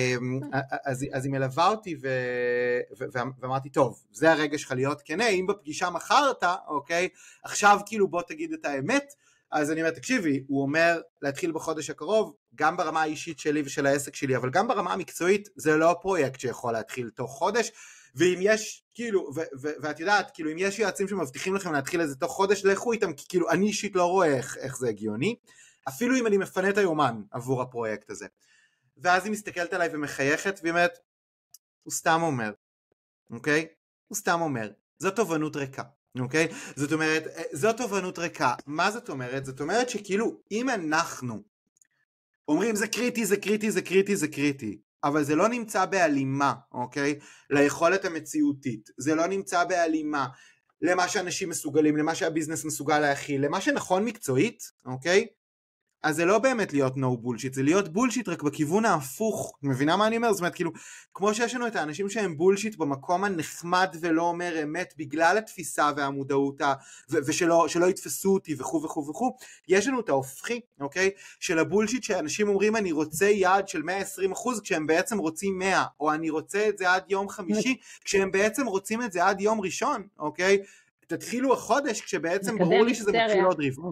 אז, אז היא מלווה אותי, ו... ו... ואמרתי, טוב, זה הרגע שלך להיות כנה, אם בפגישה מחרת, אוקיי, עכשיו כאילו בוא תגיד את האמת, אז אני אומר, תקשיבי, הוא אומר להתחיל בחודש הקרוב, גם ברמה האישית שלי ושל העסק שלי, אבל גם ברמה המקצועית, זה לא פרויקט שיכול להתחיל תוך חודש, ואם יש, כאילו, ו- ו- ואת יודעת, כאילו, אם יש יועצים שמבטיחים לכם להתחיל איזה תוך חודש, לכו איתם, כי כאילו, אני אישית לא רואה איך, איך זה הגיוני, אפילו אם אני מפנה את היומן עבור הפרויקט הזה. ואז היא מסתכלת עליי ומחייכת, והיא אומרת, הוא סתם אומר, אוקיי? הוא סתם אומר, זו תובנות ריקה. אוקיי? זאת אומרת, זו תובנות ריקה. מה זאת אומרת? זאת אומרת שכאילו, אם אנחנו אומרים זה קריטי, זה קריטי, זה קריטי, זה קריטי, אבל זה לא נמצא בהלימה, אוקיי? ליכולת המציאותית. זה לא נמצא בהלימה למה שאנשים מסוגלים, למה שהביזנס מסוגל להכיל, למה שנכון מקצועית, אוקיי? אז זה לא באמת להיות no bullshit, זה להיות bullshit רק בכיוון ההפוך, מבינה מה אני אומר? זאת אומרת, כאילו, כמו שיש לנו את האנשים שהם bullshit במקום הנחמד ולא אומר אמת, בגלל התפיסה והמודעות, ו- ושלא שלא יתפסו אותי וכו' וכו' וכו', יש לנו את ההופכי, אוקיי? של הבולשיט שאנשים אומרים, אני רוצה יעד של מאה ועשרים אחוז, כשהם בעצם רוצים מאה, או אני רוצה את זה עד יום חמישי, כשהם בעצם רוצים את זה עד יום ראשון, אוקיי? תתחילו החודש, כשבעצם ברור לי שזה מתחיל עוד רבעון.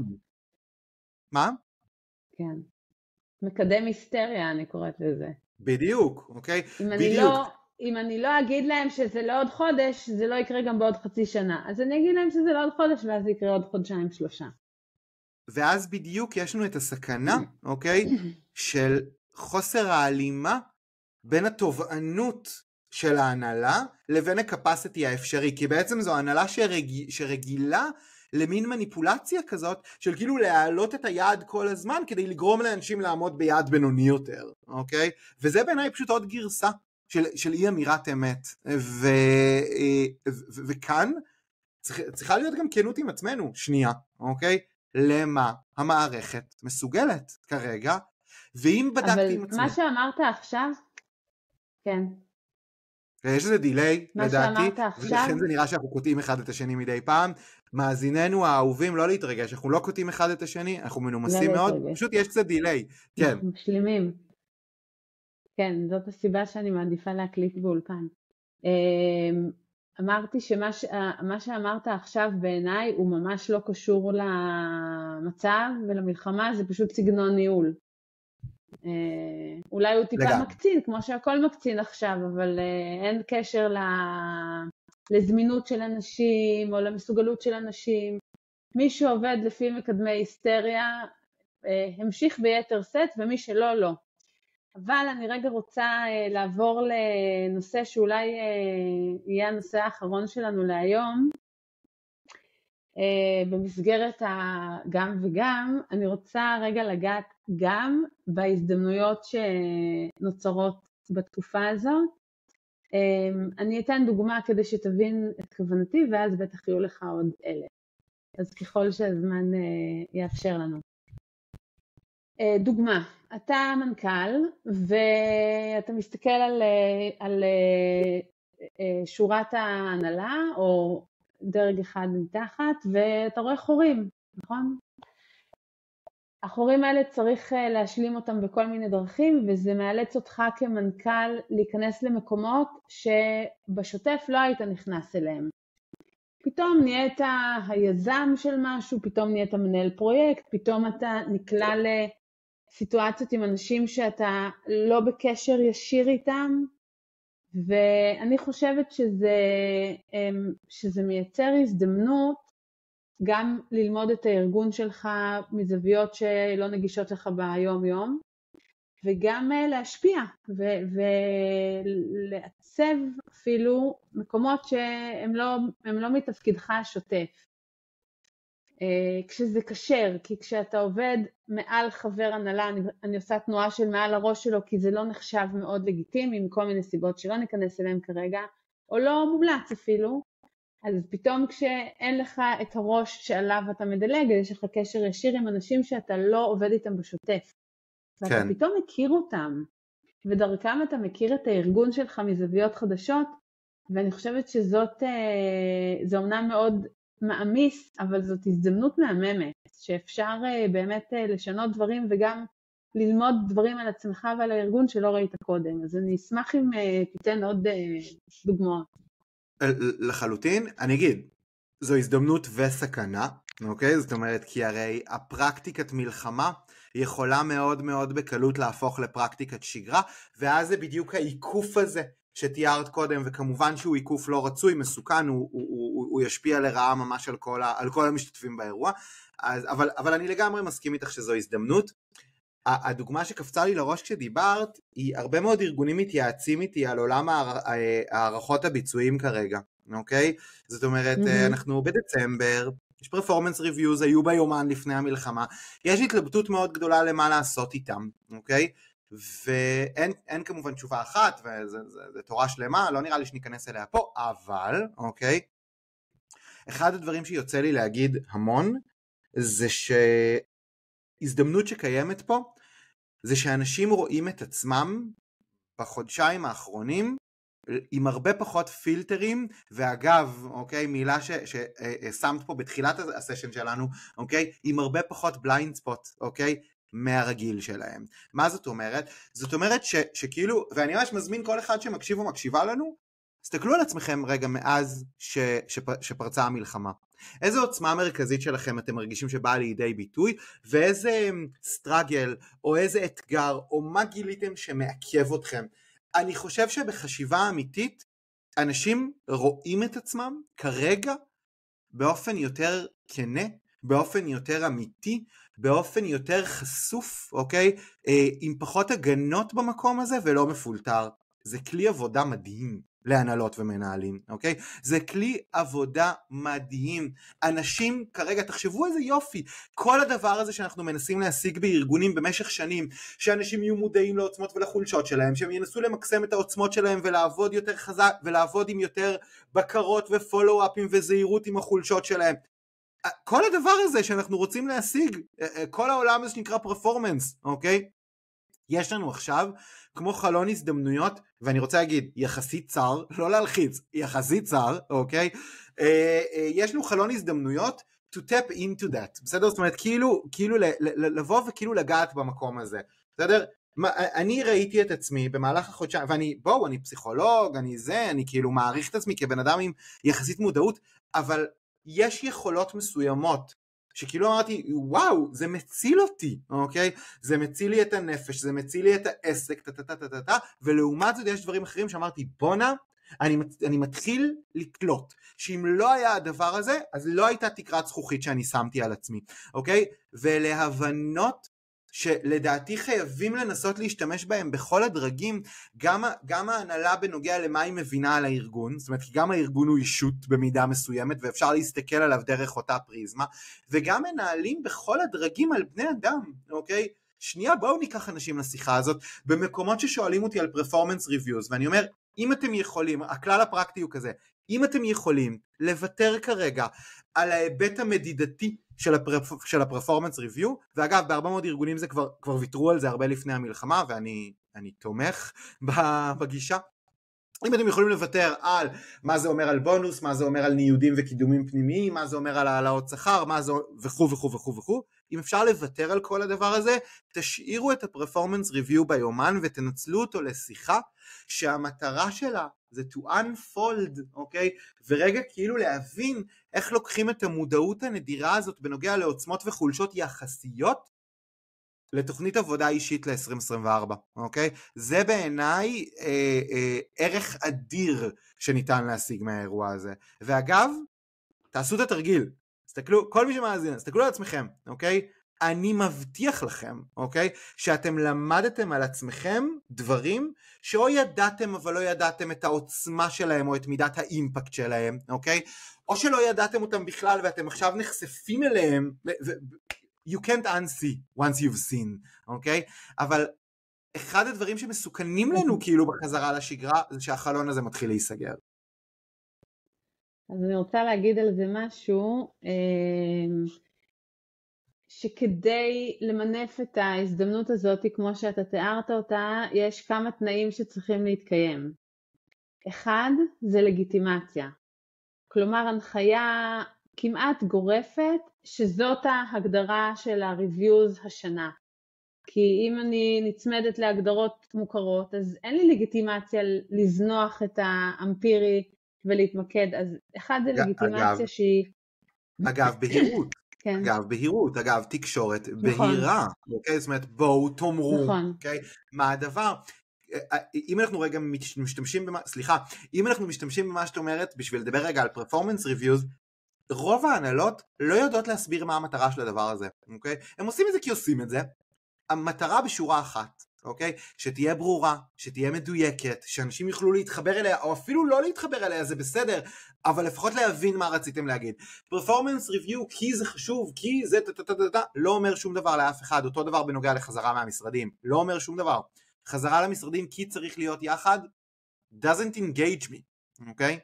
מה? כן. מקדם היסטריה, אני קוראת לזה. בדיוק, אוקיי? אם בדיוק. אני לא, אם אני לא אגיד להם שזה לא עוד חודש, זה לא יקרה גם בעוד חצי שנה. אז אני אגיד להם שזה לא עוד חודש, ואז זה יקרה עוד חודשיים שלושה. ואז בדיוק יש לנו את הסכנה, אוקיי? של חוסר ההלימה בין התובענות של ההנהלה לבין הקפסיטי האפשרי, כי בעצם זו הנהלה שרג... שרגילה למין מניפולציה כזאת של כאילו להעלות את היעד כל הזמן כדי לגרום לאנשים לעמוד ביעד בינוני יותר, אוקיי? וזה בעיניי פשוט עוד גרסה של, של אי אמירת אמת. ו, ו, ו, וכאן צריך, צריכה להיות גם כנות עם עצמנו, שנייה, אוקיי? למה המערכת מסוגלת כרגע, ואם בדקתי עם עצמי... אבל מה שאמרת עכשיו, כן. יש איזה דיליי, לדעתי, עכשיו... ולכן זה נראה שאנחנו קוטעים אחד את השני מדי פעם. מאזיננו האהובים לא להתרגש, אנחנו לא קוטעים אחד את השני, אנחנו מנומסים מאוד, פשוט יש קצת דיליי. כן. אנחנו משלימים. כן, זאת הסיבה שאני מעדיפה להקליט באולפן. אמרתי שמה ש... מה שאמרת עכשיו בעיניי הוא ממש לא קשור למצב ולמלחמה, זה פשוט סגנון ניהול. אולי הוא טיפה לגב. מקצין, כמו שהכל מקצין עכשיו, אבל אין קשר ל... לזמינות של אנשים או למסוגלות של אנשים. מי שעובד לפי מקדמי היסטריה המשיך ביתר סט, ומי שלא, לא. אבל אני רגע רוצה לעבור לנושא שאולי יהיה הנושא האחרון שלנו להיום. במסגרת הגם וגם, אני רוצה רגע לגעת גם בהזדמנויות שנוצרות בתקופה הזאת. אני אתן דוגמה כדי שתבין את כוונתי, ואז בטח יהיו לך עוד אלה. אז ככל שהזמן יאפשר לנו. דוגמה, אתה מנכ"ל, ואתה מסתכל על, על שורת ההנהלה, או דרג אחד מתחת, ואתה רואה חורים, נכון? החורים האלה צריך להשלים אותם בכל מיני דרכים, וזה מאלץ אותך כמנכ"ל להיכנס למקומות שבשוטף לא היית נכנס אליהם. פתאום נהיית היזם של משהו, פתאום נהיית מנהל פרויקט, פתאום אתה נקלע לסיטואציות עם אנשים שאתה לא בקשר ישיר איתם, ואני חושבת שזה, שזה מייצר הזדמנות גם ללמוד את הארגון שלך מזוויות שלא נגישות לך ביום יום, וגם להשפיע ולעצב אפילו מקומות שהם לא, הם לא מתפקידך השוטף. כשזה קשר, כי כשאתה עובד מעל חבר הנהלה, אני, אני עושה תנועה של מעל הראש שלו, כי זה לא נחשב מאוד לגיטימי, מכל מיני סיבות שלא ניכנס אליהם כרגע, או לא מומלץ אפילו, אז פתאום כשאין לך את הראש שעליו אתה מדלג, יש לך קשר ישיר עם אנשים שאתה לא עובד איתם בשוטף. ואתה כן. פתאום מכיר אותם, ודרכם אתה מכיר את הארגון שלך מזוויות חדשות, ואני חושבת שזאת, זה אומנם מאוד מעמיס, אבל זאת הזדמנות מהממת, שאפשר באמת לשנות דברים וגם ללמוד דברים על עצמך ועל הארגון שלא ראית קודם. אז אני אשמח אם תיתן עוד דוגמאות. לחלוטין, אני אגיד, זו הזדמנות וסכנה, אוקיי? זאת אומרת, כי הרי הפרקטיקת מלחמה יכולה מאוד מאוד בקלות להפוך לפרקטיקת שגרה, ואז זה בדיוק העיקוף הזה שתיארת קודם, וכמובן שהוא עיקוף לא רצוי, מסוכן, הוא, הוא, הוא, הוא ישפיע לרעה ממש על כל, ה, על כל המשתתפים באירוע, אז, אבל, אבל אני לגמרי מסכים איתך שזו הזדמנות. הדוגמה שקפצה לי לראש כשדיברת, היא הרבה מאוד ארגונים מתייעצים איתי על עולם הערכות הביצועים כרגע, אוקיי? זאת אומרת, mm-hmm. אנחנו בדצמבר, יש פרפורמנס ריוויוז, היו ביומן לפני המלחמה, יש התלבטות מאוד גדולה למה לעשות איתם, אוקיי? ואין אין כמובן תשובה אחת, וזה זה, זה תורה שלמה, לא נראה לי שניכנס אליה פה, אבל, אוקיי? אחד הדברים שיוצא לי להגיד המון, זה שהזדמנות שקיימת פה, זה שאנשים רואים את עצמם בחודשיים האחרונים, עם הרבה פחות פילטרים, ואגב, אוקיי, מילה ששמת פה בתחילת הסשן שלנו, אוקיי, עם הרבה פחות בליינד ספוט, אוקיי, מהרגיל שלהם. מה זאת אומרת? זאת אומרת ש, שכאילו, ואני ממש מזמין כל אחד שמקשיב ומקשיבה לנו, תסתכלו על עצמכם רגע מאז ש, שפ, שפרצה המלחמה. איזו עוצמה מרכזית שלכם אתם מרגישים שבאה לידי ביטוי, ואיזה סטרגל, או איזה אתגר, או מה גיליתם שמעכב אתכם. אני חושב שבחשיבה אמיתית, אנשים רואים את עצמם כרגע באופן יותר כנה, באופן יותר אמיתי, באופן יותר חשוף, אוקיי? אה, עם פחות הגנות במקום הזה ולא מפולטר. זה כלי עבודה מדהים להנהלות ומנהלים, אוקיי? זה כלי עבודה מדהים. אנשים כרגע, תחשבו איזה יופי, כל הדבר הזה שאנחנו מנסים להשיג בארגונים במשך שנים, שאנשים יהיו מודעים לעוצמות ולחולשות שלהם, שהם ינסו למקסם את העוצמות שלהם ולעבוד יותר חזק, ולעבוד עם יותר בקרות ופולו-אפים וזהירות עם החולשות שלהם. כל הדבר הזה שאנחנו רוצים להשיג, כל העולם הזה שנקרא פרפורמנס, אוקיי? יש לנו עכשיו, כמו חלון הזדמנויות, ואני רוצה להגיד, יחסית צר, לא להלחיץ, יחסית צר, אוקיי? יש לנו חלון הזדמנויות to tap into that, בסדר? זאת אומרת, כאילו, כאילו לבוא וכאילו לגעת במקום הזה, בסדר? אני ראיתי את עצמי במהלך החודשיים, ואני, בואו, אני פסיכולוג, אני זה, אני כאילו מעריך את עצמי כבן אדם עם יחסית מודעות, אבל יש יכולות מסוימות, שכאילו אמרתי, וואו, זה מציל אותי, אוקיי? זה מציל לי את הנפש, זה מציל לי את העסק, טטטטטטטט, ולעומת זאת יש דברים אחרים שאמרתי, בונה, אני, אני מתחיל לקלוט, שאם לא היה הדבר הזה, אז לא הייתה תקרת זכוכית שאני שמתי על עצמי, אוקיי? ולהבנות שלדעתי חייבים לנסות להשתמש בהם בכל הדרגים, גם, גם ההנהלה בנוגע למה היא מבינה על הארגון, זאת אומרת, כי גם הארגון הוא אישות במידה מסוימת, ואפשר להסתכל עליו דרך אותה פריזמה, וגם מנהלים בכל הדרגים על בני אדם, אוקיי? שנייה, בואו ניקח אנשים לשיחה הזאת, במקומות ששואלים אותי על פרפורמנס ריוויוז, ואני אומר, אם אתם יכולים, הכלל הפרקטי הוא כזה, אם אתם יכולים לוותר כרגע על ההיבט המדידתי של, הפרפ... של הפרפורמנס ריוויו, ואגב, בהרבה מאוד ארגונים זה כבר, כבר ויתרו על זה הרבה לפני המלחמה, ואני אני תומך בגישה. אם אתם יכולים לוותר על מה זה אומר על בונוס, מה זה אומר על ניודים וקידומים פנימיים, מה זה אומר על העלאות שכר, מה זה וכו' וכו' וכו' וכו', אם אפשר לוותר על כל הדבר הזה, תשאירו את הפרפורמנס ריוויו ביומן ותנצלו אותו לשיחה שהמטרה שלה זה to unfold, אוקיי? ורגע כאילו להבין איך לוקחים את המודעות הנדירה הזאת בנוגע לעוצמות וחולשות יחסיות לתוכנית עבודה אישית ל-עשרים עשרים וארבע, אוקיי? זה בעיניי אה, אה, ערך אדיר שניתן להשיג מהאירוע הזה. ואגב, תעשו את התרגיל, תסתכלו, כל מי שמאזין, תסתכלו על עצמכם, אוקיי? אני מבטיח לכם, אוקיי? שאתם למדתם על עצמכם דברים שאו ידעתם אבל לא ידעתם את העוצמה שלהם או את מידת האימפקט שלהם, אוקיי? או שלא ידעתם אותם בכלל ואתם עכשיו נחשפים אליהם, you can't unsee once you've seen, אוקיי? אבל אחד הדברים שמסוכנים לנו כאילו בחזרה לשגרה זה שהחלון הזה מתחיל להיסגר. אז אני רוצה להגיד על זה משהו, שכדי למנף את ההזדמנות הזאת, כמו שאתה תיארת אותה, יש כמה תנאים שצריכים להתקיים. אחד, זה לגיטימציה. כלומר, הנחיה כמעט גורפת, שזאת ההגדרה של ה-reviews השנה. כי אם אני נצמדת להגדרות מוכרות, אז אין לי לגיטימציה לזנוח את האמפירי ולהתמקד. אז אחד זה לגיטימציה אגב, שהיא... אגב, בהירות. כן. אגב, בהירות, אגב, תקשורת נכון. בהירה. אוקיי? זאת אומרת, בואו תאמרו. נכון. אוקיי? מה הדבר? אם אנחנו רגע משתמשים במה, סליחה, אם אנחנו משתמשים במה שאת אומרת, בשביל לדבר רגע על פרפורמנס ריוויוז, רוב ההנהלות לא יודעות להסביר מה המטרה של הדבר הזה, אוקיי? הם עושים את זה כי עושים את זה. המטרה בשורה אחת, אוקיי? שתהיה ברורה, שתהיה מדויקת, שאנשים יוכלו להתחבר אליה, או אפילו לא להתחבר אליה, זה בסדר, אבל לפחות להבין מה רציתם להגיד. פרפורמנס ריוויו, כי זה חשוב, כי זה טטטטטט, לא אומר שום דבר לאף אחד, אותו דבר בנוגע לחזרה מהמשרדים, לא אומר שום דבר. חזרה למשרדים כי צריך להיות יחד, doesn't engage me, אוקיי?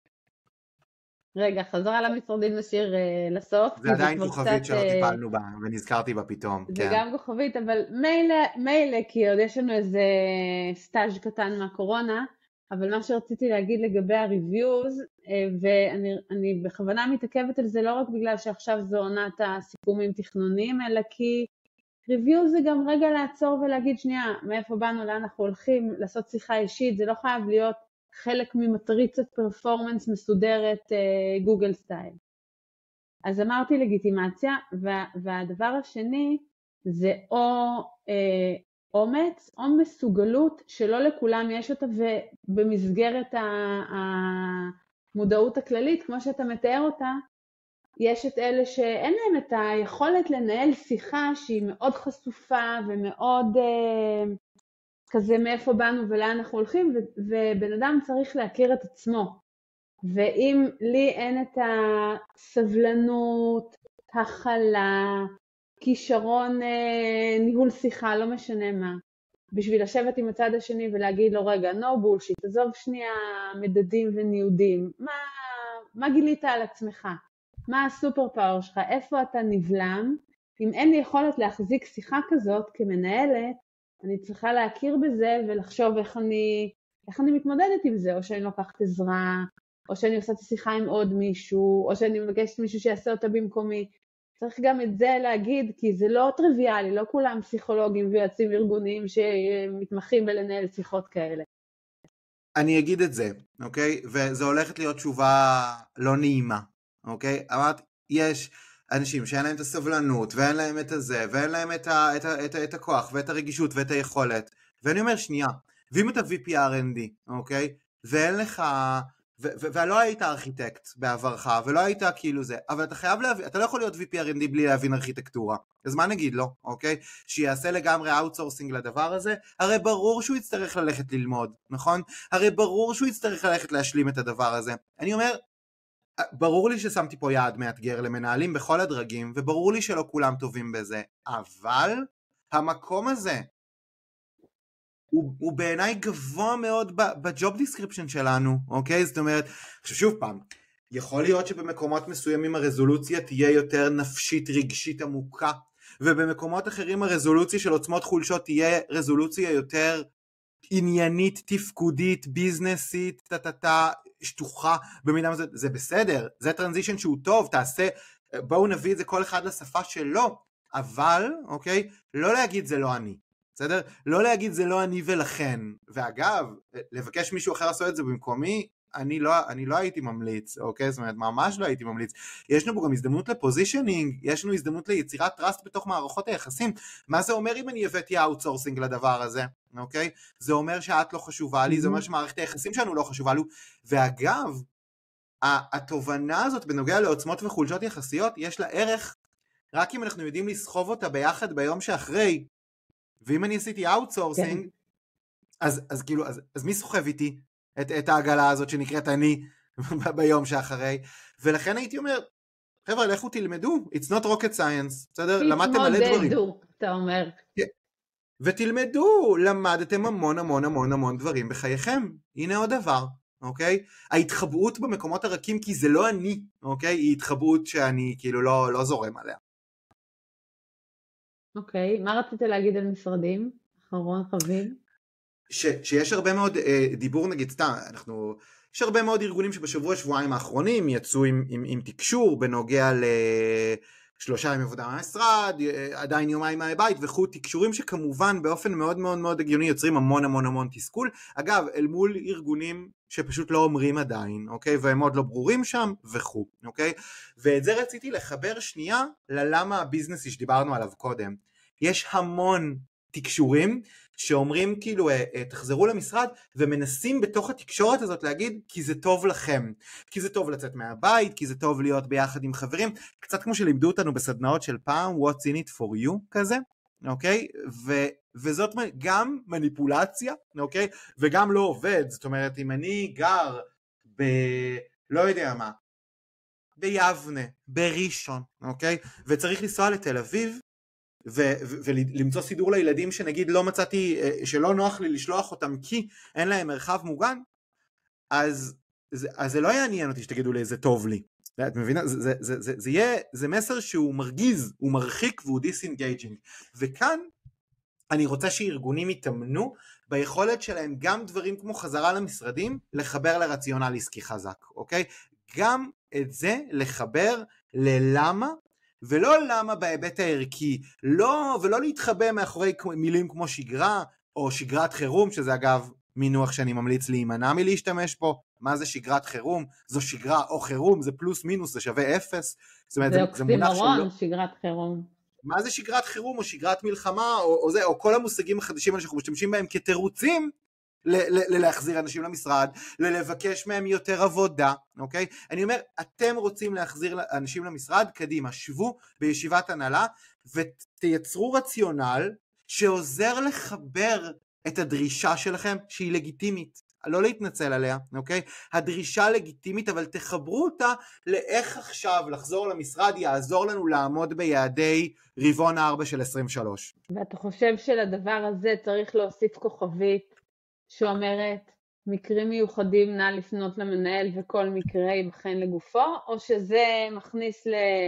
רגע, חזרה למשרדים נשאיר uh, לסוף. זה עדיין כוכבית קצת, שלא uh, טיפלנו בה, ונזכרתי בה פתאום. זה כן. גם כוכבית, אבל מילא, מילא, כי עוד יש לנו איזה סטאז' קטן מהקורונה, אבל מה שרציתי להגיד לגבי הריוויוז, ואני אני בכוונה מתעכבת על זה לא רק בגלל שעכשיו זו עונת הסיכומים תכנוניים, אלא כי ריוויוז זה גם רגע לעצור ולהגיד שנייה, מאיפה באנו, לאן אנחנו הולכים, לעשות שיחה אישית, זה לא חייב להיות חלק ממטריצת פרפורמנס מסודרת גוגל סטייל. אז אמרתי לגיטימציה, וה, והדבר השני זה או אה, אומץ, או מסוגלות שלא לכולם יש אותה, ובמסגרת המודעות הכללית, כמו שאתה מתאר אותה, יש את אלה שאין להם את היכולת לנהל שיחה שהיא מאוד חשופה ומאוד אה, כזה מאיפה באנו ולאן אנחנו הולכים, ובן אדם צריך להכיר את עצמו. ואם לי אין את הסבלנות, הכלה, כישרון אה, ניהול שיחה, לא משנה מה, בשביל לשבת עם הצד השני ולהגיד לו רגע, no bullshit, עזוב שנייה מדדים וניודים, מה, מה גילית על עצמך? מה הסופר פאוור שלך? איפה אתה נבלם? אם אין לי יכולת להחזיק שיחה כזאת כמנהלת, אני צריכה להכיר בזה ולחשוב איך אני, איך אני מתמודדת עם זה, או שאני לוקחת עזרה, או שאני עושה את השיחה עם עוד מישהו, או שאני מבקשת מישהו שיעשה אותה במקומי. צריך גם את זה להגיד, כי זה לא טריוויאלי, לא כולם פסיכולוגים ויועצים ארגוניים שמתמחים בלנהל שיחות כאלה. אני אגיד את זה, אוקיי? וזה הולכת להיות תשובה לא נעימה, אוקיי? אמרת, יש אנשים שאין להם את הסבלנות, ואין להם את הזה, ואין להם את, ה, את, ה, את, ה, את הכוח, ואת הרגישות, ואת היכולת. ואני אומר, שנייה, ואם אתה וי פי אר אנד די, אוקיי? ואין לך... ולא היית ארכיטקט בעברך, ולא היית כאילו זה, אבל אתה חייב להבין, אתה לא יכול להיות וי פי אר אנד די בלי להבין ארכיטקטורה, אז מה נגיד לו, אוקיי? שיעשה לגמרי אאוטסורסינג לדבר הזה, הרי ברור שהוא יצטרך ללכת ללמוד, נכון? הרי ברור שהוא יצטרך ללכת להשלים את הדבר הזה. אני אומר, ברור לי ששמתי פה יעד מאתגר למנהלים בכל הדרגים, וברור לי שלא כולם טובים בזה, אבל המקום הזה, הוא, הוא בעיניי גבוה מאוד בג'וב דיסקריפשן שלנו, אוקיי? זאת אומרת, עכשיו שוב פעם, יכול להיות שבמקומות מסוימים הרזולוציה תהיה יותר נפשית, רגשית עמוקה, ובמקומות אחרים הרזולוציה של עוצמות חולשות תהיה רזולוציה יותר עניינית, תפקודית, ביזנסית, טטטה, שטוחה, במידה מזה, זה בסדר, זה טרנזישן שהוא טוב, תעשה, בואו נביא את זה כל אחד לשפה שלו, אבל, אוקיי, לא להגיד זה לא אני. בסדר? לא להגיד זה לא אני ולכן, ואגב, לבקש מישהו אחר לעשות את זה במקומי, אני לא, אני לא הייתי ממליץ, אוקיי? זאת אומרת, ממש לא הייתי ממליץ. יש לנו פה גם הזדמנות לפוזישנינג, יש לנו הזדמנות ליצירת טראסט בתוך מערכות היחסים. מה זה אומר אם אני הבאתי אאוטסורסינג לדבר הזה, אוקיי? זה אומר שאת לא חשובה לי, זה אומר שמערכת היחסים שלנו לא חשובה לו, ואגב, התובנה הזאת בנוגע לעוצמות וחולשות יחסיות, יש לה ערך, רק אם אנחנו יודעים לסחוב אותה ביחד ביום שאחרי, ואם אני עשיתי אאוטסורסינג, כן. אז, אז כאילו, אז, אז מי סוחב איתי את, את העגלה הזאת שנקראת אני ביום שאחרי? ולכן הייתי אומר, חבר'ה, לכו תלמדו, it's not rocket science, בסדר? למדתם מלא דברים. תתמודדו, אתה אומר. כן. ותלמדו, למדתם המון המון המון המון דברים בחייכם. הנה עוד דבר, אוקיי? ההתחבאות במקומות הרכים, כי זה לא אני, אוקיי? היא התחבאות שאני כאילו לא, לא זורם עליה. אוקיי, מה רצית להגיד על משרדים? אחרון חביב. ש, שיש הרבה מאוד אה, דיבור, נגיד סתם, אנחנו, יש הרבה מאוד ארגונים שבשבוע שבועיים האחרונים יצאו עם, עם, עם תקשור בנוגע לשלושה ימים עבודה מהמשרד, עדיין יומיים מהבית וכו', תקשורים שכמובן באופן מאוד מאוד מאוד הגיוני יוצרים המון המון המון תסכול, אגב אל מול ארגונים שפשוט לא אומרים עדיין, אוקיי, והם עוד לא ברורים שם וכו', אוקיי, ואת זה רציתי לחבר שנייה ללמה הביזנסי שדיברנו עליו קודם. יש המון תקשורים שאומרים כאילו תחזרו למשרד, ומנסים בתוך התקשורת הזאת להגיד כי זה טוב לכם, כי זה טוב לצאת מהבית, כי זה טוב להיות ביחד עם חברים, קצת כמו שלימדו אותנו בסדנאות של פעם, what's in it for you כזה, אוקיי? ו- וזאת גם מניפולציה, אוקיי? וגם לא עובד, זאת אומרת אם אני גר ב... לא יודע מה, ביבנה, בראשון, אוקיי? וצריך לנסוע לתל אביב, ולמצוא סידור לילדים שנגיד לא מצאתי, שלא נוח לי לשלוח אותם כי אין להם מרחב מוגן, אז אז זה לא יעניין אותי שתגידו לי זה טוב לי, את מבינה? זה, זה, זה, זה, זה יהיה, זה מסר שהוא מרגיז, הוא מרחיק והוא דיסינגייג'ינג, וכאן אני רוצה שארגונים יתאמנו ביכולת שלהם גם דברים כמו חזרה למשרדים לחבר לרציונל עסקי חזק, אוקיי? גם את זה לחבר ללמה, ולא למה בהיבט הערכי, לא, ולא להתחבא מאחורי מילים כמו שגרה, או שגרת חירום, שזה אגב מינוח שאני ממליץ להימנע מלהשתמש פה. מה זה שגרת חירום? זו שגרה או חירום, זה פלוס מינוס, זה שווה אפס. זאת אומרת, זה אוקסימורון, לא... שגרת חירום. מה זה שגרת חירום, או שגרת מלחמה, או, או זה, או כל המושגים החדשים האלה שאנחנו משתמשים בהם כתירוצים, להחזיר אנשים למשרד, ללבקש מהם יותר עבודה, אוקיי? אני אומר, אתם רוצים להחזיר אנשים למשרד, קדימה, שבו בישיבת הנהלה, ותייצרו רציונל שעוזר לחבר את הדרישה שלכם, שהיא לגיטימית, לא להתנצל עליה, אוקיי? הדרישה לגיטימית, אבל תחברו אותה לאיך עכשיו לחזור למשרד, יעזור לנו לעמוד ביעדי רבעון הארבע של עשרים ושלוש. ואתה חושב שלדבר הזה צריך להוסיף כוכבית, שאומרת מקרים מיוחדים נא לפנות למנהל וכל מקרה ייבחן לגופו, או שזה מכניס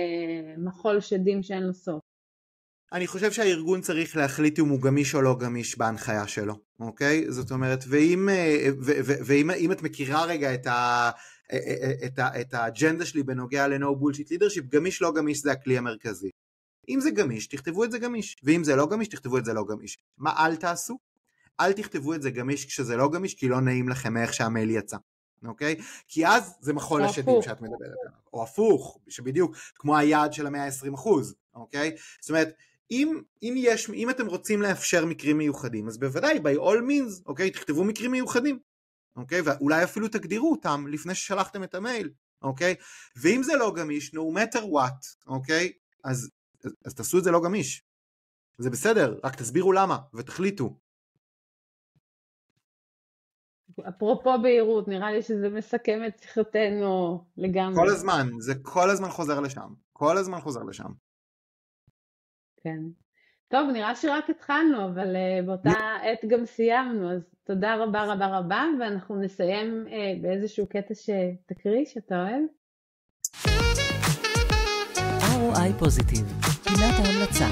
למחול שדים שאין לו סוף? אני חושב שהארגון צריך להחליט אם הוא גמיש או לא גמיש בהנחיה שלו, אוקיי? זאת אומרת, ואם, ו, ו, ואם אם את מכירה רגע את, ה, את, ה, את האג'נדה שלי בנוגע ל-No Bullshit Leadership, גמיש לא גמיש זה הכלי המרכזי. אם זה גמיש, תכתבו את זה גמיש, ואם זה לא גמיש, תכתבו את זה לא גמיש. מה אל תעשו? אל תכתבו את זה גמיש כשזה לא גמיש, כי לא נעים לכם איך שהמייל יצא, אוקיי? כי אז זה מחול השדים שאת מדברת עליו. או הפוך, שבדיוק כמו היעד של ה-מאה ועשרים אחוז, אוקיי? זאת אומרת, אם, אם, יש, אם אתם רוצים לאפשר מקרים מיוחדים, אז בוודאי, by all means, אוקיי? תכתבו מקרים מיוחדים, אוקיי? ואולי אפילו תגדירו אותם לפני ששלחתם את המייל, אוקיי? ואם זה לא גמיש, no matter what, אוקיי? אז, אז, אז תעשו את זה לא גמיש. זה בסדר, רק תסבירו למה, ותחליטו. אפרופו בהירות, נראה לי שזה מסכם את שיחתנו לגמרי. כל הזמן, זה כל הזמן חוזר לשם. כל הזמן חוזר לשם. כן. טוב, נראה שרק התחלנו, אבל uh, באותה עת גם סיימנו, אז תודה רבה רבה רבה, ואנחנו נסיים uh, באיזשהו קטע שתקריא, שאתה אוהב. אר או איי פוזיטיב, פינת ההמלצה.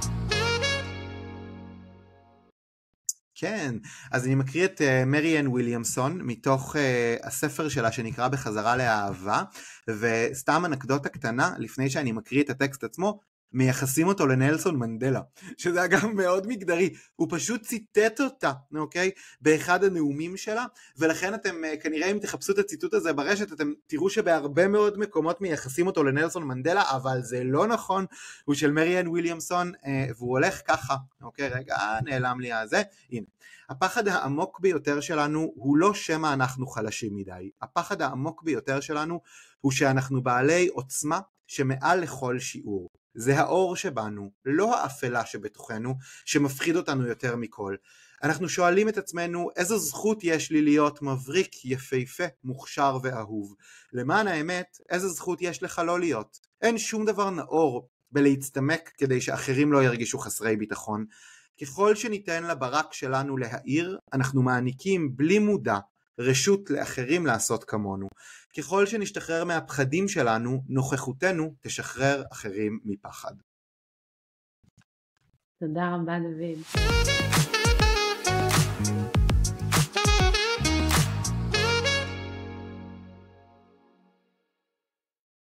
כן, אז אני מקריא את uh, מריאן וויליאמסון מתוך uh, הספר שלה שנקרא בחזרה לאהבה, וסתם אנקדוטה קטנה לפני שאני מקריא את הטקסט עצמו, מייחסים אותו לנלסון מנדלה, שזה אגב מאוד מגדרי, הוא פשוט ציטט אותה, אוקיי, באחד הנאומים שלה, ולכן אתם כנראה אם תחפשו את הציטוט הזה ברשת, אתם תראו שבהרבה מאוד מקומות מייחסים אותו לנלסון מנדלה, אבל זה לא נכון, הוא של מריאן וויליאמסון, והוא הולך ככה, אוקיי, רגע, נעלם לי הזה, הנה, הפחד העמוק ביותר שלנו הוא לא שמה אנחנו חלשים מדי, הפחד העמוק ביותר שלנו הוא שאנחנו בעלי עוצמה שמעל לכל שיעור. זה האור שבנו, לא האפלה שבתוכנו, שמפחיד אותנו יותר מכל. אנחנו שואלים את עצמנו, איזו זכות יש לי להיות מבריק, יפהפה, מוכשר ואהוב? למען האמת, איזו זכות יש לך לא להיות? אין שום דבר נאור בלהצטמק כדי שאחרים לא ירגישו חסרי ביטחון. ככל שניתן לברק שלנו להאיר, אנחנו מעניקים בלי מודע רשות לאחרים לעשות כמונו. ככל שנשתחרר מהפחדים שלנו, נוכחותנו תשחרר אחרים מפחד. תודה רבה דוד.